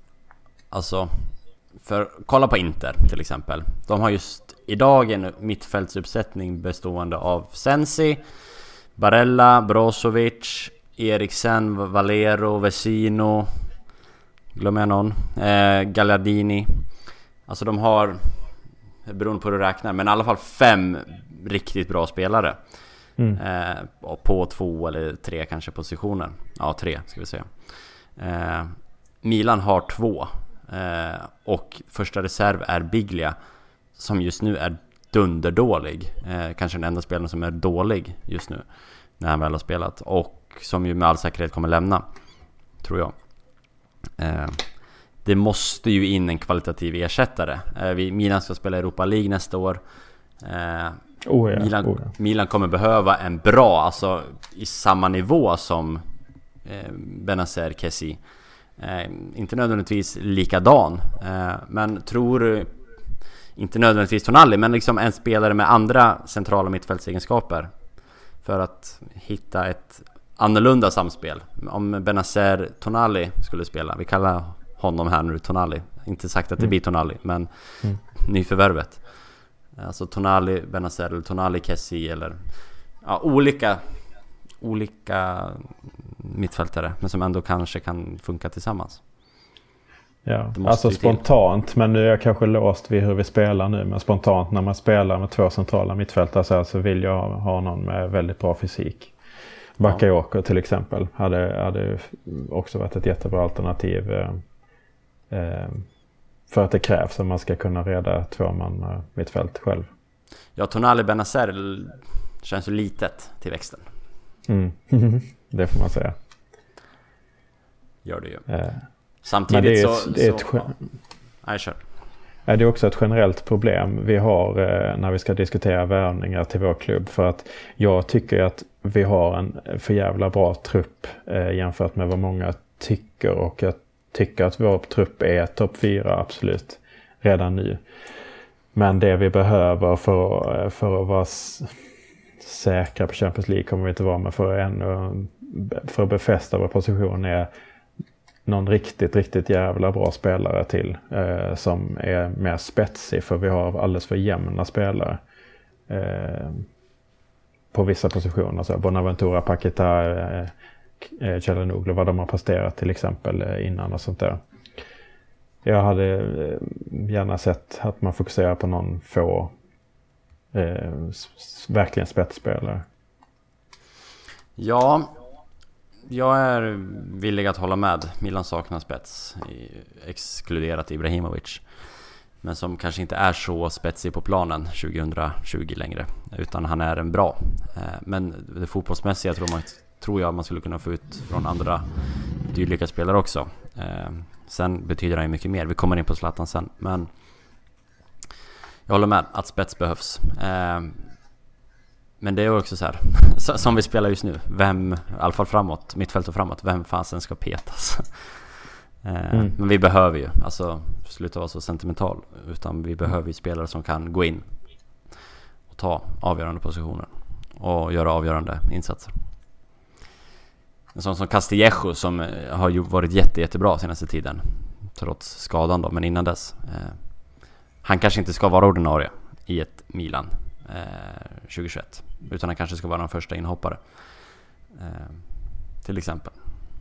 alltså, för kolla på Inter till exempel. De har just idag en mittfältsuppsättning bestående av Sensi, Barella, Brozovic, Eriksen, Valero, Vecino, glömmer jag någon, eh, Gagliardini. Alltså de har, beroende på hur du räknar, men i alla fall fem riktigt bra spelare. Mm. Eh, på två eller tre kanske positioner. Ja, tre ska vi säga. Eh, Milan har två. Eh, och första reserv är Biglia, som just nu är dunderdålig. Eh, kanske den enda spelaren som är dålig just nu när han väl har spelat. Och som ju med all säkerhet kommer lämna, tror jag. Eh, Det måste ju in en kvalitativ ersättare. Eh, vi, Milan ska spela Europa League nästa år. Eh, oh ja, Milan, oh ja. Milan kommer behöva en bra, alltså i samma nivå som eh, Benazer, Kessie. Eh, inte nödvändigtvis likadan. Eh, men tror inte nödvändigtvis Tonali, men liksom en spelare med andra centrala mittfältsegenskaper. För att hitta ett annorlunda samspel. Om Benazer, Tonali skulle spela. Vi kallar honom här nu Tonali. Inte sagt att det blir Tonali, men mm. nyförvärvet. Alltså Tonali, Benazer eller Tonali, Kessie eller ja, olika olika mittfältare, men som ändå kanske kan funka tillsammans. Ja, alltså spontant, men nu är jag kanske låst vid hur vi spelar nu. Men spontant när man spelar med två centrala mittfältare så, här, så vill jag ha någon med väldigt bra fysik. Bakayoko till exempel hade, hade också varit ett jättebra alternativ. Eh, eh, för att det krävs om man ska kunna reda två man eh, mittfält själv. Ja, Tonali Benazer känns ju litet till växten. Mm. Det får man säga. Gör det ju. Eh. Samtidigt det är, så... Det är, ett, så, ja, kör. det är också ett generellt problem vi har eh, när vi ska diskutera värvningar till vår klubb. För att jag tycker att vi har en för jävla bra trupp eh, jämfört med vad många tycker. Och jag tycker att vår trupp är topp fyra absolut redan nu. Men det vi behöver för, för att vara s- säkra på Champions League kommer vi inte vara med. För, ännu, för att befästa vår position är någon riktigt, riktigt jävla bra spelare till eh, som är mer spetsig, för vi har alldeles för jämna spelare eh, på vissa positioner. Så Bonaventura, Paquetá, eh, Çalhanoğlu, vad de har presterat till exempel eh, innan och sånt där. Jag hade eh, gärna sett att man fokuserar på någon få eh, s- verkligen spetsspelare. Ja, jag är villig att hålla med. Milan saknar spets, exkluderat Ibrahimovic. Men som kanske inte är så spetsig på planen tjugohundratjugo längre. Utan han är en bra. Men det fotbollsmässiga tror, man, tror jag man skulle kunna få ut från andra dylika spelare också. Sen betyder det mycket mer. Vi kommer in på Zlatan sen. Men jag håller med att spets behövs. Men det är också så här, som vi spelar just nu, vem, i alla fall framåt, mittfält och framåt, vem fasen ska petas? Mm. Men vi behöver ju, alltså sluta vara så sentimental, utan vi behöver ju spelare som kan gå in och ta avgörande positioner och göra avgörande insatser. En sån som Castillejo som har ju varit jätte, jättebra senaste tiden, trots skadan då, men innan dess. Eh, han kanske inte ska vara ordinarie i ett Milan eh, tjugohundratjugoett, utan han kanske ska vara den första inhoppare. Eh, till exempel.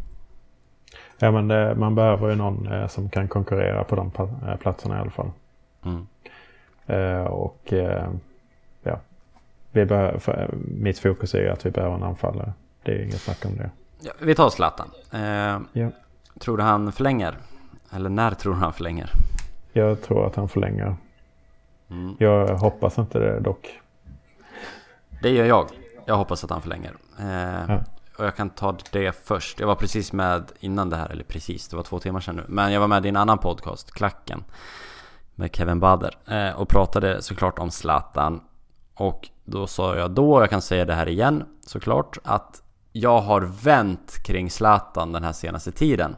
Ja, men det, man behöver ju någon eh, som kan konkurrera på de platserna i alla fall. Mm. Eh, och eh, ja, vi behöver, för, mitt fokus är ju att vi behöver en anfallare. Det är inget snack om det. Ja, vi tar Zlatan. Eh, ja. Tror du han förlänger? Eller när tror du han förlänger? Jag tror att han förlänger. Mm. Jag hoppas inte det dock. Det gör jag. Jag hoppas att han förlänger. Eh, ja. Och jag kan ta det först. Jag var precis med innan det här, eller precis, det var två timmar sedan nu. Men jag var med i en annan podcast, Klacken, med Kevin Bader. Eh, och pratade såklart om Zlatan. Och då sa jag då, jag kan säga det här igen såklart, att jag har vänt kring Zlatan den här senaste tiden.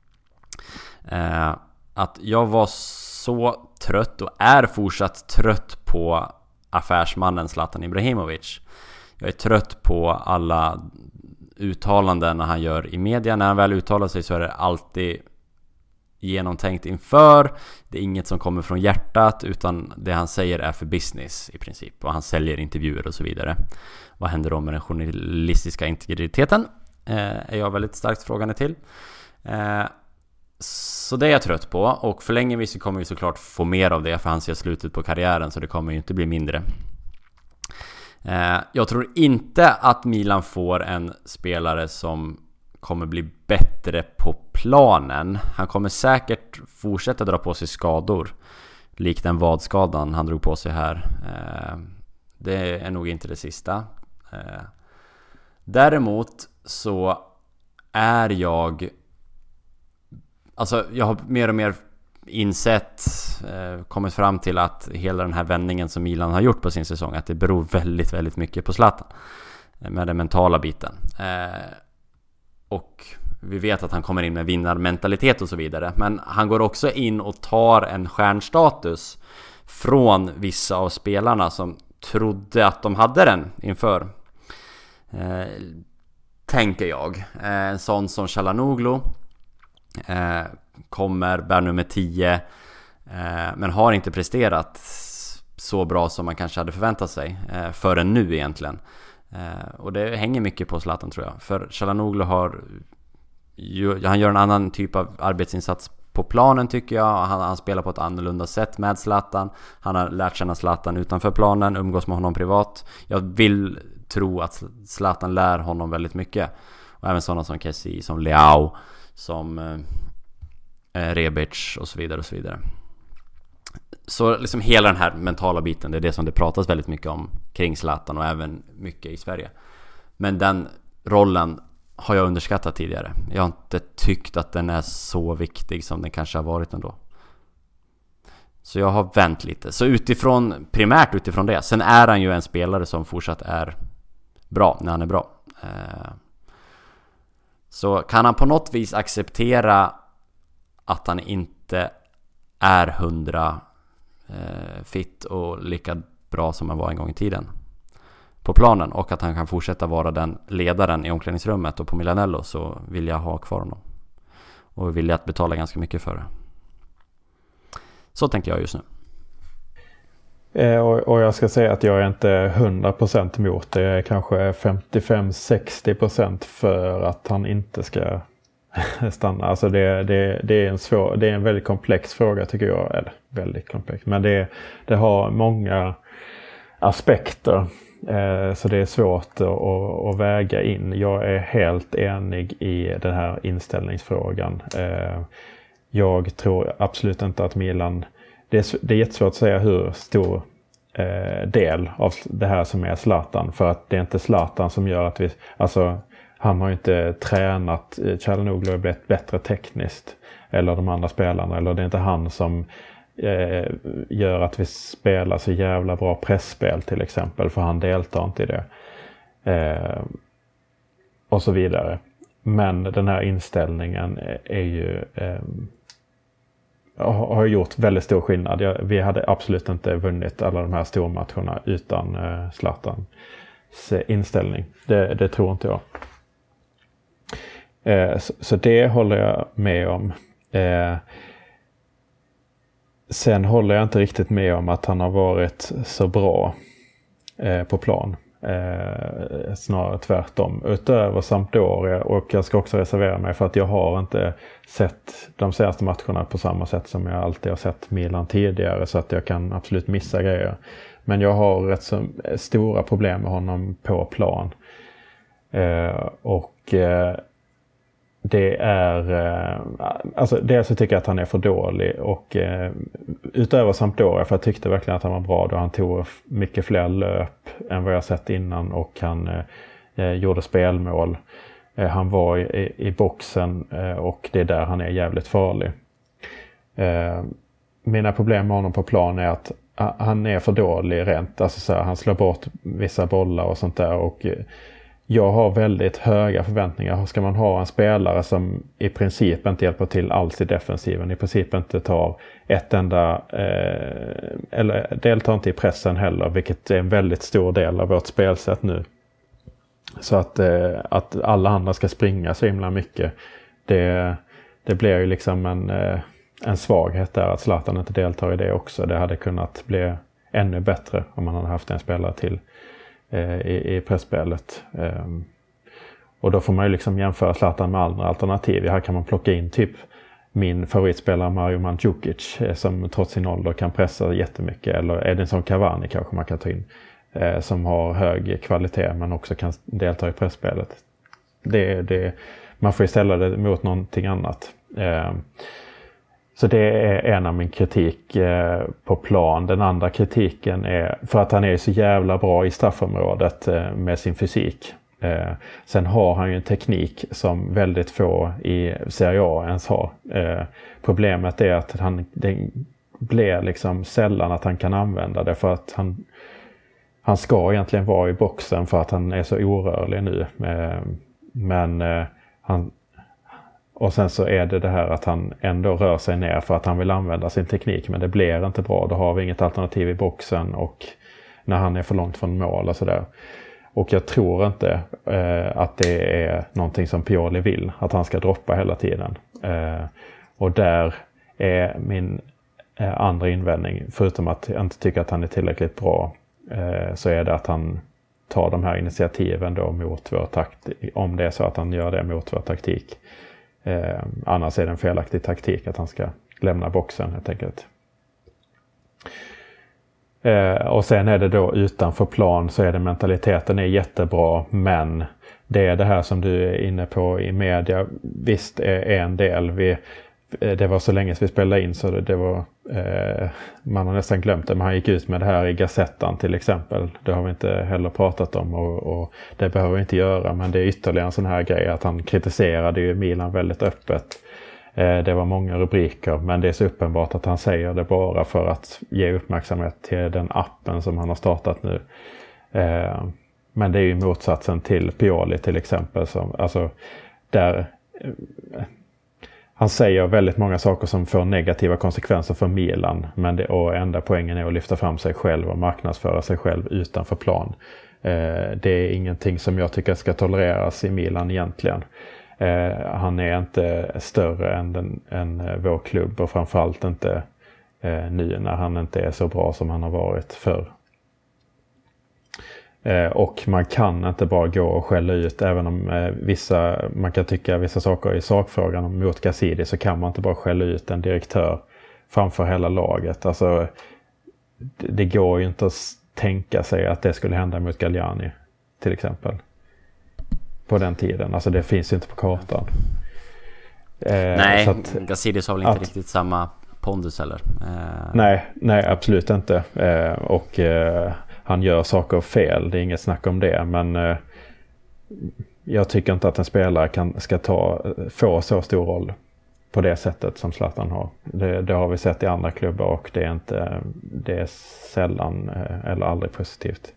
Eh, att jag var så trött och är fortsatt trött på affärsmannen Zlatan Ibrahimovic. Jag är trött på alla uttalanden när han gör i media. När han väl uttalar sig så är det alltid genomtänkt inför. Det är inget som kommer från hjärtat, utan det han säger är för business i princip. Och han säljer intervjuer och så vidare. Vad händer då med den journalistiska integriteten? Eh, är jag väldigt starkt frågande till. Eh, så det är jag trött på. Och förlänger vi så kommer vi såklart få mer av det, för han ser slutet på karriären, så det kommer ju inte bli mindre. Eh, jag tror inte att Milan får en spelare som kommer bli bättre på planen. Han kommer säkert fortsätta dra på sig skador, likt den vadskadan han drog på sig här. Eh, det är nog inte det sista. Eh, däremot så är jag alltså jag har mer och mer insett, eh, kommit fram till att hela den här vändningen som Milan har gjort på sin säsong, att det beror väldigt, väldigt mycket på Zlatan eh, med den mentala biten. Eh, och vi vet att han kommer in med vinnarmentalitet och så vidare, men han går också in och tar en stjärnstatus från vissa av spelarna som trodde att de hade den inför. Eh, tänker jag. Eh, en sån som Çalhanoğlu eh, kommer, bär nummer tio, eh, men har inte presterat så bra som man kanske hade förväntat sig eh, förrän nu egentligen. Eh, och det hänger mycket på Zlatan, tror jag. För Çalhanoğlu har ju, han gör en annan typ av arbetsinsats på planen tycker jag. Han, han spelar på ett annorlunda sätt med Zlatan. Han har lärt känna Zlatan utanför planen, umgås med honom privat. Jag vill tro att Zlatan lär honom väldigt mycket. Och även sådana som Kessie, som Leao, som eh, Rebic och så vidare och så vidare. Så liksom hela den här mentala biten, det är det som det pratas väldigt mycket om kring Zlatan och även mycket i Sverige. Men den rollen har jag underskattat tidigare. Jag har inte tyckt att den är så viktig som den kanske har varit ändå. Så jag har vänt lite. Så utifrån, primärt utifrån det. Sen är han ju en spelare som fortsatt är bra när han är bra. Så kan han på något vis acceptera att han inte är hundra fit och lika bra som han var en gång i tiden på planen, och att han kan fortsätta vara den ledaren i omklädningsrummet och på Milanello, så vill jag ha kvar honom och vill jag att betala ganska mycket för det. Så tänker jag just nu. Eh, och, och jag ska säga att jag är inte hundra procent emot det. Jag är kanske femtiofem till sextio procent för att han inte ska stanna. Alltså det, det, det, är en svår, det är en väldigt komplex fråga tycker jag. Eller väldigt komplex. Men det, det har många aspekter. Eh, så det är svårt att, att, att väga in. Jag är helt enig i den här inställningsfrågan. Eh, jag tror absolut inte att Milan... Det är, det är jättesvårt att säga hur stor eh, del av det här som är Zlatan. För att det är inte Zlatan som gör att vi... Alltså, han har ju inte tränat. Çalhanoğlu har blivit bättre tekniskt. Eller de andra spelarna. Eller det är inte han som eh, gör att vi spelar så jävla bra pressspel till exempel. För han deltar inte i det. Eh, och så vidare. Men den här inställningen är, är ju... Eh, har gjort väldigt stor skillnad. Jag, vi hade absolut inte vunnit alla de här stormatcherna utan eh, Zlatans inställning. Det, det tror inte jag. Eh, så, så det håller jag med om. Eh, sen håller jag inte riktigt med om att han har varit så bra eh, på plan. Eh, snarare tvärtom. Utöver Sampdoria, och jag ska också reservera mig för att jag har inte sett de senaste matcherna på samma sätt som jag alltid har sett Milan tidigare, så att jag kan absolut missa grejer. Men jag har rätt så stora problem med honom på plan. Eh, och eh, det är eh, alltså dels så tycker jag att han är för dålig, och eh, utöver Sampdoria, för jag tyckte verkligen att han var bra då han tog mycket fler löp än vad jag sett innan, och han eh, gjorde spelmål. Eh, han var i, i boxen eh, och det är där han är jävligt farlig. Eh, mina problem med honom på plan är att ah, han är för dålig rent, alltså så här, han slår bort vissa bollar och sånt där, och eh, jag har väldigt höga förväntningar. Ska man ha en spelare som i princip inte hjälper till alls i defensiven, i princip inte tar ett enda, eh, eller deltar inte i pressen heller, vilket är en väldigt stor del av vårt spelsätt nu. Så att, eh, att alla andra ska springa så himla mycket, det, det blir ju liksom en, eh, en svaghet där, att Zlatan inte deltar i det också. Det hade kunnat bli ännu bättre om man hade haft en spelare till i, i pressspelet. Um, och då får man ju liksom jämföra Zlatan med andra alternativ. Här kan man plocka in typ min favoritspelare Mario Mandzukic, som trots sin ålder kan pressa jättemycket. Eller Edinson Cavani kanske man kan ta in, eh, som har hög kvalitet men också kan delta i pressspelet. Det, det, man får ju ställa det mot någonting annat. Eh, Så det är en av min kritik eh, på plan. Den andra kritiken är för att han är så jävla bra i straffområdet eh, med sin fysik. Eh, sen har han ju en teknik som väldigt få i Serie A ens har. Eh, problemet är att han, det blir liksom sällan att han kan använda det, för att han, han ska egentligen vara i boxen för att han är så orörlig nu. Eh, men eh, han... Och sen så är det det här att han ändå rör sig ner för att han vill använda sin teknik. Men det blir inte bra. Då har vi inget alternativ i boxen, och när han är för långt från mål och sådär. Och jag tror inte eh, att det är någonting som Pioli vill. Att han ska droppa hela tiden. Eh, och där är min eh, andra invändning. Förutom att jag inte tycker att han är tillräckligt bra. Eh, så är det att han tar de här initiativen då mot vår taktik. Om det är så att han gör det mot vår taktik. Eh, annars är det en felaktig taktik att han ska lämna boxen helt enkelt. Eh, och sen är det då utanför plan så är det mentaliteten är jättebra, men det är det här som du är inne på i media. Visst är en del. Vi, det var så länge vi spelade in så det, det var eh, man har nästan glömt det, men han gick ut med det här i Gazettan till exempel. Det har vi inte heller pratat om och, och det behöver vi inte göra, men det är ytterligare en sån här grej att han kritiserade ju Milan väldigt öppet. Eh, det var många rubriker, men det är så uppenbart att han säger det bara för att ge uppmärksamhet till den appen som han har startat nu. Eh, men det är ju motsatsen till Pioli till exempel, som, alltså där eh, han säger väldigt många saker som får negativa konsekvenser för Milan, men det, och enda poängen är att lyfta fram sig själv och marknadsföra sig själv utanför plan. Eh, det är ingenting som jag tycker ska tolereras i Milan egentligen. Eh, han är inte större än, den, än vår klubb och framförallt inte eh, nu när han inte är så bra som han har varit förr. Eh, och man kan inte bara gå och skälla ut, även om eh, vissa, man kan tycka vissa saker i sakfrågan om mot Gazidis, så kan man inte bara skälla ut en direktör framför hela laget. Alltså, det, det går ju inte att tänka sig att det skulle hända mot Galliani till exempel. På den tiden. Alltså det finns ju inte på kartan. Eh, nej, så att, Gazidis har väl inte att, riktigt samma pondus heller. Eh. Nej, nej absolut inte. Eh, och eh, han gör saker fel, det är inget snack om det, men eh, jag tycker inte att en spelare kan, ska ta, få så stor roll på det sättet som Zlatan har. Det, det har vi sett i andra klubbar och det är, inte, det är sällan eh, eller aldrig positivt.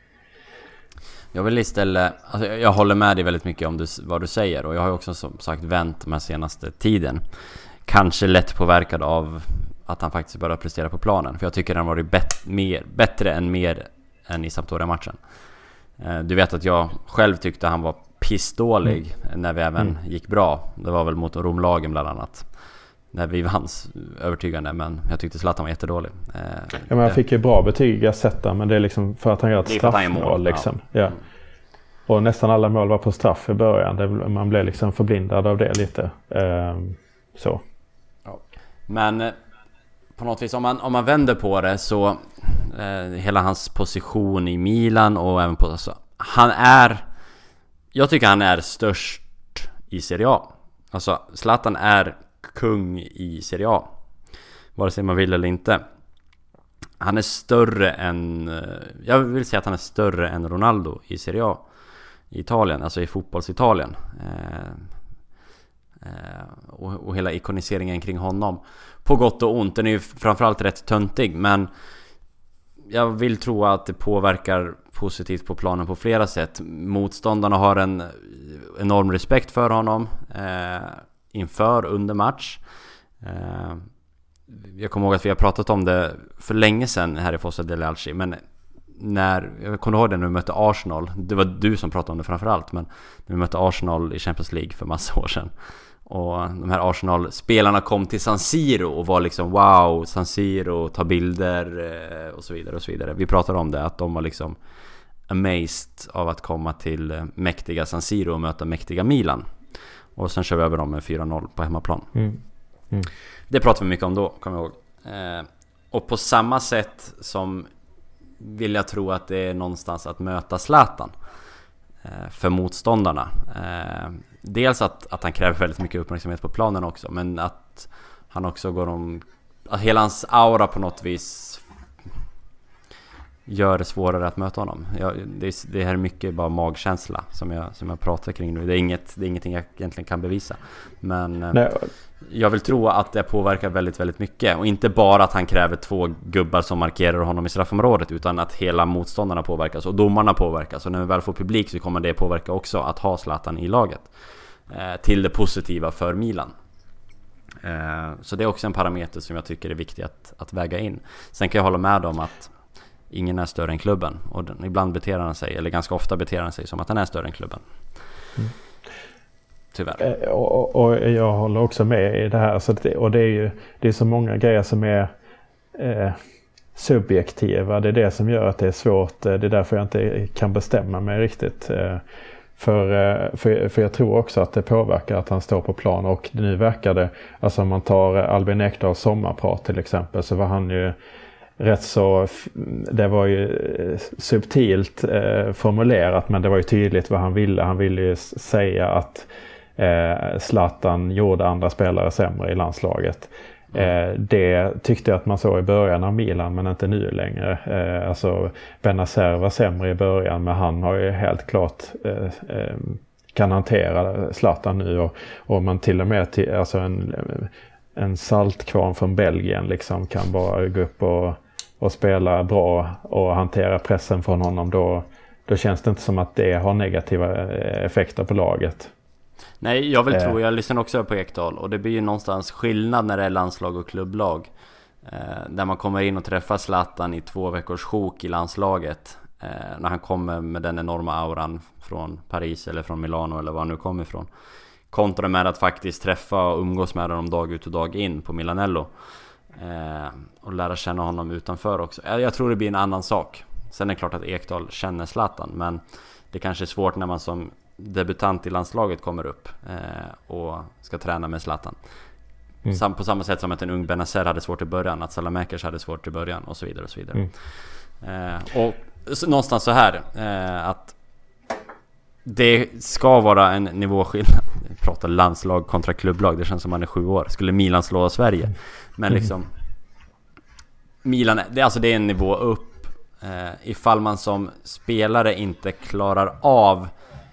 Jag vill istället, alltså jag håller med dig väldigt mycket om du, vad du säger, och jag har ju också som sagt vänt den senaste tiden. Kanske lätt påverkad av att han faktiskt börjar prestera på planen, för jag tycker han varit bet- mer, bättre än mer än i Sampdoria-matchen. Eh, du vet att jag själv tyckte han var pissdålig mm. när vi även mm. gick bra. Det var väl mot Romlagen bland annat, när vi vann övertygande, men jag tyckte Zlatan var jättedålig. Eh, ja, men han fick ju bra betyg i Gazzetta, men det är liksom för att han gör ett straffmål liksom. Ja. Ja. Och nästan alla mål var på straff i början. Det, man blev liksom förblindad av det lite. Eh, så. Ja. Men eh, på något vis, om man, om man vänder på det så eh, hela hans position i Milan och även på alltså, han är, jag tycker han är störst i Serie A. Alltså Zlatan är kung i Serie A, vare sig man vill eller inte. Han är större än, jag vill säga att han är större än Ronaldo i Serie A i Italien, alltså i fotbolls-Italien. Eh, eh, och, och hela ikoniseringen kring honom, på gott och ont. Den är ju framförallt rätt töntig, men jag vill tro att det påverkar positivt på planen på flera sätt. Motståndarna har en enorm respekt för honom eh, inför, under match. Eh, jag kommer ihåg att vi har pratat om det för länge sedan här i Fossa del Alci, men när, jag kommer ihåg det när vi mötte Arsenal, det var du som pratade om det framförallt, men när vi mötte Arsenal i Champions League för massa år sedan, och de här Arsenal-spelarna kom till San Siro och var liksom wow, San Siro, ta bilder och så vidare och så vidare. Vi pratade om det, att de var liksom amazed av att komma till mäktiga San Siro och möta mäktiga Milan. Och sen kör vi över dem med fyra noll på hemmaplan. Mm. Mm. Det pratade vi mycket om då, kommer jag ihåg. Eh, och på samma sätt som vill jag tro att det är någonstans att möta Zlatan eh, för motståndarna. Eh, dels att, att han kräver väldigt mycket uppmärksamhet på planen också, men att han också går om, att hela hans aura på något vis gör det svårare att möta honom. Jag, det, är, det här är mycket bara magkänsla som jag, som jag pratar kring nu. Det är, inget, det är ingenting jag egentligen kan bevisa. Men Nej. jag vill tro att det påverkar väldigt, väldigt mycket. Och inte bara att han kräver två gubbar som markerar honom i straffområdet, utan att hela motståndarna påverkas och domarna påverkas. Och när vi väl får publik så kommer det påverka också att ha Zlatan i laget. Eh, till det positiva för Milan. Eh, så det är också en parameter som jag tycker är viktig att, att väga in. Sen kan jag hålla med om att ingen är större än klubben, och den, ibland beter han sig, eller ganska ofta beter han sig som att han är större än klubben. Mm. Tyvärr. Och, och jag håller också med i det här, så det, och det är ju det är så många grejer som är eh, subjektiva. Det är det som gör att det är svårt. Det är därför jag inte kan bestämma mig riktigt. Eh, För, för, för jag tror också att det påverkar att han står på plan, och nu verkar det, alltså om man tar Albin Ekdals sommarprat till exempel, så var han ju rätt så, det var ju subtilt eh, formulerat, men det var ju tydligt vad han ville. Han ville ju säga att eh, Zlatan gjorde andra spelare sämre i landslaget. Eh, det tyckte jag att man såg i början av Milan, men inte nu längre. Eh, alltså Benazer var sämre i början, men han har ju helt klart eh, eh, kan hantera Zlatan nu, och, och man till och med till, alltså en, en saltkvarn från Belgien liksom kan bara gå upp och, och spela bra och hantera pressen från honom. Då, då känns det inte som att det har negativa effekter på laget. Nej, jag vill eh. tro, jag lyssnar också på Ekdal, och det blir ju någonstans skillnad när det är landslag och klubblag. Eh, där man kommer in och träffar Zlatan i två veckors sjok i landslaget. Eh, när han kommer med den enorma auran från Paris eller från Milano eller var han nu kommer ifrån. Kontra med att faktiskt träffa och umgås med honom dag ut och dag in på Milanello. Eh, och lära känna honom utanför också. Jag, jag tror det blir en annan sak. Sen är det klart att Ekdal känner Zlatan, men det kanske är svårt när man som debutant i landslaget kommer upp eh, och ska träna med Zlatan. Mm. Sam, på samma sätt som att en ung Benazer hade svårt i början, att Salamäkers hade svårt i början och så vidare och så vidare. Mm. Eh, och så, någonstans så här eh, att det ska vara en nivåskillnad. Jag pratar landslag kontra klubblag, det känns som man är sju år. Skulle Milan slå Sverige? Men liksom Milan, det, alltså det är en nivå upp. eh, Ifall man som spelare inte klarar av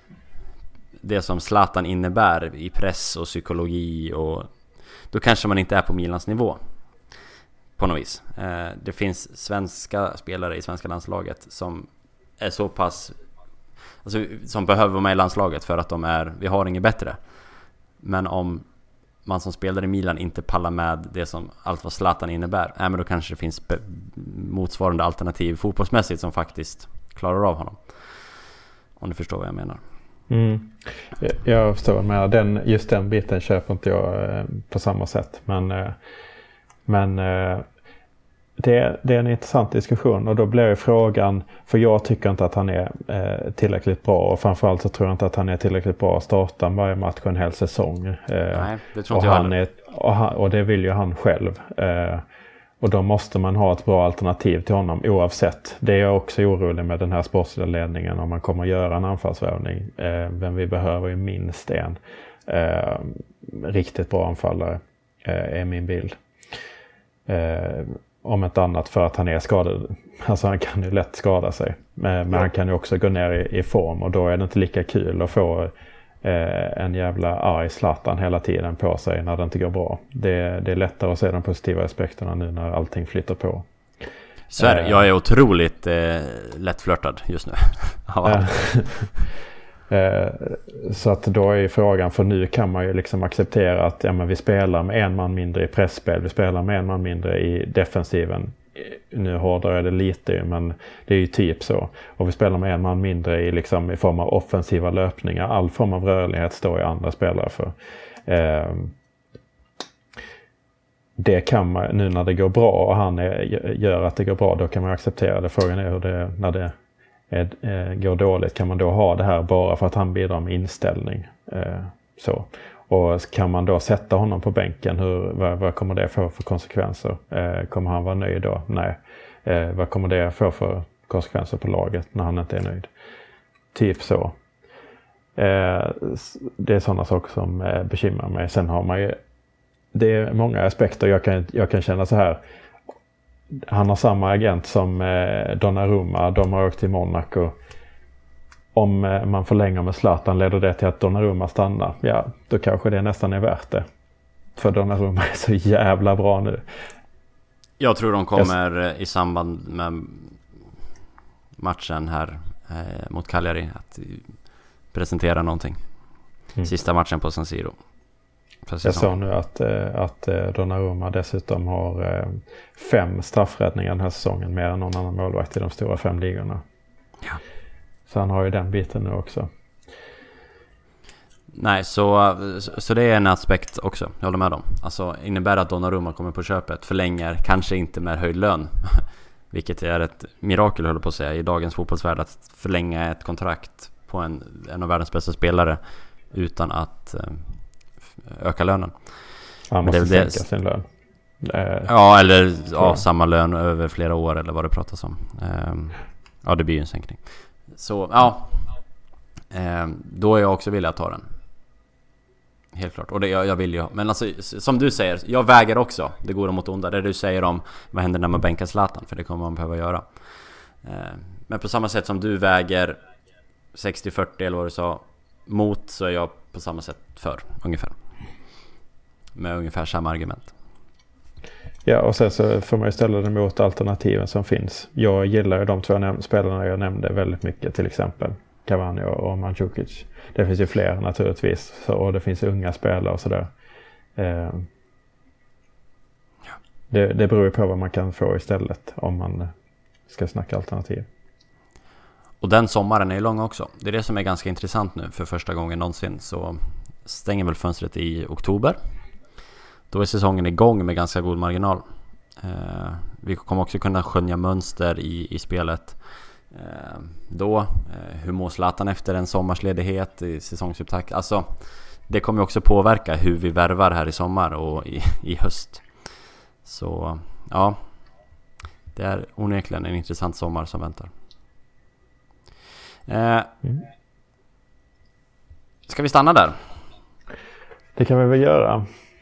det som Zlatan innebär i press och psykologi, och då kanske man inte är på Milans nivå på något vis. eh, Det finns svenska spelare i svenska landslaget som är så pass, alltså, som behöver vara med i landslaget för att de är, vi har inget bättre. Men om man som spelare i Milan inte pallar med det som allt vad Zlatan innebär, äh, men då kanske det finns be- motsvarande alternativ fotbollsmässigt som faktiskt klarar av honom. Om du förstår vad jag menar. Mm. Jag förstår, men den, just den biten köper inte jag eh, på samma sätt. Men, eh, men eh, det, det är en intressant diskussion, och då blir frågan, för jag tycker inte att han är eh, tillräckligt bra, och framförallt så tror jag inte att han är tillräckligt bra att starta varje match en hel säsong. Eh, Nej, det tror och, inte jag han är, och, han, och det vill ju han själv. Eh, Och då måste man ha ett bra alternativ till honom oavsett. Det är jag också orolig med den här sportsliga ledningen, om man kommer att göra en anfallsvärvning. Eh, men vi behöver ju minst en eh, riktigt bra anfallare, eh, är min bild. Eh, om ett annat för att han är skadad. Alltså han kan ju lätt skada sig. Men, men han kan ju också gå ner i, i form, och då är det inte lika kul att få Eh, en jävla arg Zlatan hela tiden på sig när det inte går bra. Det, det är lättare att se de positiva aspekterna nu när allting flyttar på. Så är det. Eh, jag är otroligt eh, lättflörtad just nu. eh, så att då är frågan, för nu kan man ju liksom acceptera att ja, men vi spelar med en man mindre i pressspel, vi spelar med en man mindre i defensiven. Nu hårdare är det lite, men det är ju typ så. Och vi spelar med en man mindre i, liksom, i form av offensiva löpningar. All form av rörlighet står i andra spelare för. Eh, det kan man, nu när det går bra och han är, gör att det går bra, då kan man acceptera det. Frågan är hur det, när det är, eh, går dåligt, kan man då ha det här bara för att han bidrar med inställning? Eh, så. Och kan man då sätta honom på bänken, hur, vad, vad kommer det få för konsekvenser? Eh, kommer han vara nöjd då? Nej. Eh, vad kommer det få för konsekvenser på laget när han inte är nöjd? Typ så. Eh, det är sådana saker som eh, bekymrar mig. Sen har man ju, det är många aspekter. Jag kan, jag kan känna så här. Han har samma agent som eh, Donnarumma. De har åkt till Monaco. Om man förlänger med Zlatan, leder det till att Donnarumma stannar? Ja, då kanske det nästan är värt det. För Donnarumma är så jävla bra nu. Jag tror de kommer yes. i samband med matchen här eh, mot Cagliari att presentera någonting. Mm. Sista matchen på San Siro. Jag sa nu att, att Donnarumma dessutom har fem straffräddningar den här säsongen, mer än någon annan målvakt i de stora fem ligorna. Ja. Så han har ju den biten nu också. Nej, så, så det är en aspekt också. Jag håller med dem. Alltså innebär att Donnarumma kommer på köpet, förlänger, kanske inte med höjd lön. Vilket är ett mirakel, håller på att säga, i dagens fotbollsvärld, att förlänga ett kontrakt på en, en av världens bästa spelare utan att eh, öka lönen. Han måste det, sänka det, sin lön. Eh, ja, eller ja, samma lön över flera år eller vad det pratas om. Eh, ja, det blir ju en sänkning. Så ja, eh, då är jag också villig att ta den. Helt klart. Och det, jag, jag vill ju. Men alltså, som du säger, jag väger också det goda mot onda. Det du säger om vad händer när man bänkar Zlatan, för det kommer man behöva göra. Eh, men på samma sätt som du väger sextio fyrtio eller vad du sa mot, så är jag på samma sätt för, ungefär. Med ungefär samma argument. Ja, och sen så får man ju ställa det mot alternativen som finns. Jag gillar ju de två näm- spelarna jag nämnde väldigt mycket, till exempel Cavani och Mandzukic. Det finns ju fler naturligtvis, så, och det finns unga spelare och sådär. Eh, ja. det, det beror ju på vad man kan få istället om man ska snacka alternativ. Och den sommaren är ju lång också. Det är det som är ganska intressant nu. För första gången någonsin så stänger väl fönstret i oktober. Då är säsongen igång med ganska god marginal. Eh, vi kommer också kunna skönja mönster i, i spelet. Eh, då, eh, hur mår Zlatan efter en sommarsledighet i säsongsupptakt? Alltså, det kommer också påverka hur vi värvar här i sommar och i, i höst. Så, ja. Det är onekligen en intressant sommar som väntar. Eh, Mm. Ska vi stanna där? Det kan vi väl göra.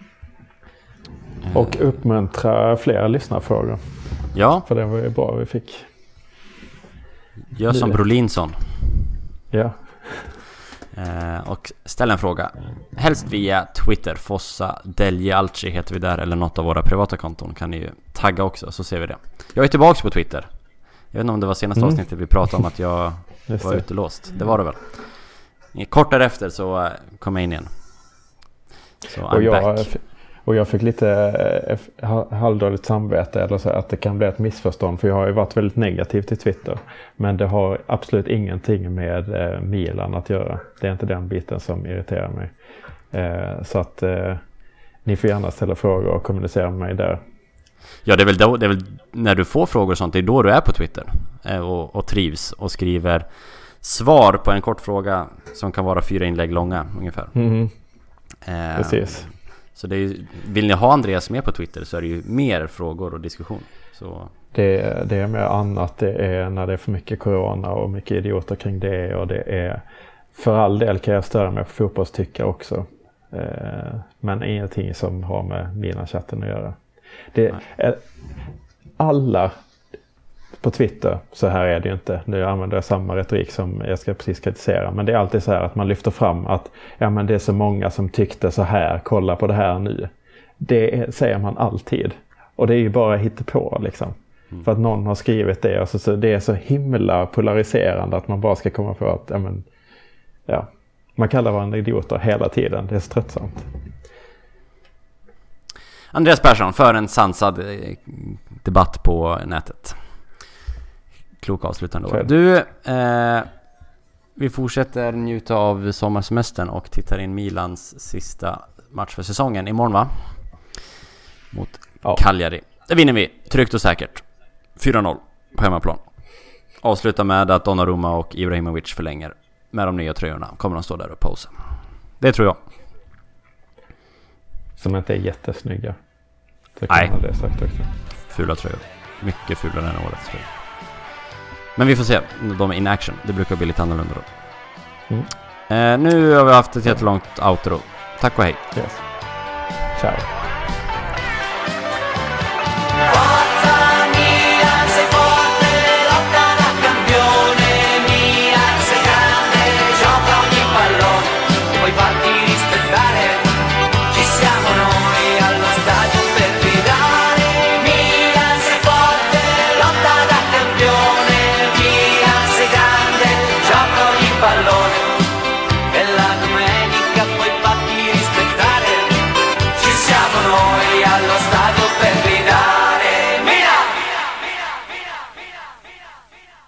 Och uppmuntra fler lyssnarfrågor. Ja, För det var ju bra vi fick. gör som Brolinsson. Ja. Eh, och ställ en fråga. Helst via Twitter. Fossa Deljalci heter vi där. Eller något av våra privata konton kan ni ju tagga också, så ser vi det. Jag är tillbaka på Twitter. Jag vet inte om det var senaste Mm. avsnittet vi pratade om att jag Just var det. utelåst. Det var det väl. Kort därefter så eh, kom jag in igen. Så Och I'm jag, back. och jag fick lite eh, ha- halvdåligt samvete, eller så att det kan bli ett missförstånd, för jag har ju varit väldigt negativ till Twitter, men det har absolut ingenting med eh, Milan att göra. Det är inte den biten som irriterar mig. Eh, så att eh, ni får gärna ställa frågor och kommunicera med mig där. Ja, det är väl då, det är väl när du får frågor och sånt, det är då du är på Twitter eh, och, och trivs och skriver svar på en kort fråga som kan vara fyra inlägg långa ungefär. Mm. Eh, Precis. Så det är, ju- vill ni ha Andreas med på Twitter så är det ju mer frågor och diskussion. Så Det, det är mer annat. Det är när det är för mycket corona och mycket idioter kring det, och det är för all del kan jag störa mig på fotbollstycka också. Eh, men ingenting som har med Milan-chatten att göra. Det är alla på Twitter, så här är det ju inte. Nu använder jag samma retorik som jag ska precis kritisera, men det är alltid så här att man lyfter fram att ja, men det är så många som tyckte så här, kolla på det här nu. Det är, säger man alltid. Och det är ju bara hittepå liksom. Mm. För att någon har skrivit det, och så, så det är så himla polariserande att man bara ska komma på att ja, men, ja, man kallar varandra idioter hela tiden. Det är så tröttsamt. Andreas Persson för en sansad eh, debatt på nätet. Klok avslutande ord. Du, eh, vi fortsätter njuta av sommarsemestern och tittar in Milans sista match för säsongen imorgon, va? Mot Ja. Cagliari. Det vinner vi, tryggt och säkert. fyra noll på hemmaplan. Avslutar med att Donnarumma och Ibrahimovic förlänger. Med de nya tröjorna kommer de stå där och posa. Det tror jag. Som inte är jättesnygga. Så Nej. kan man det sagt också. Fula tröjor. Mycket fulare än årets tröjor. Men vi får se. De är in action. Det brukar bli lite annorlunda då. Mm. Eh, nu har vi haft ett jättelångt outro. Tack och hej. Yes. Ciao.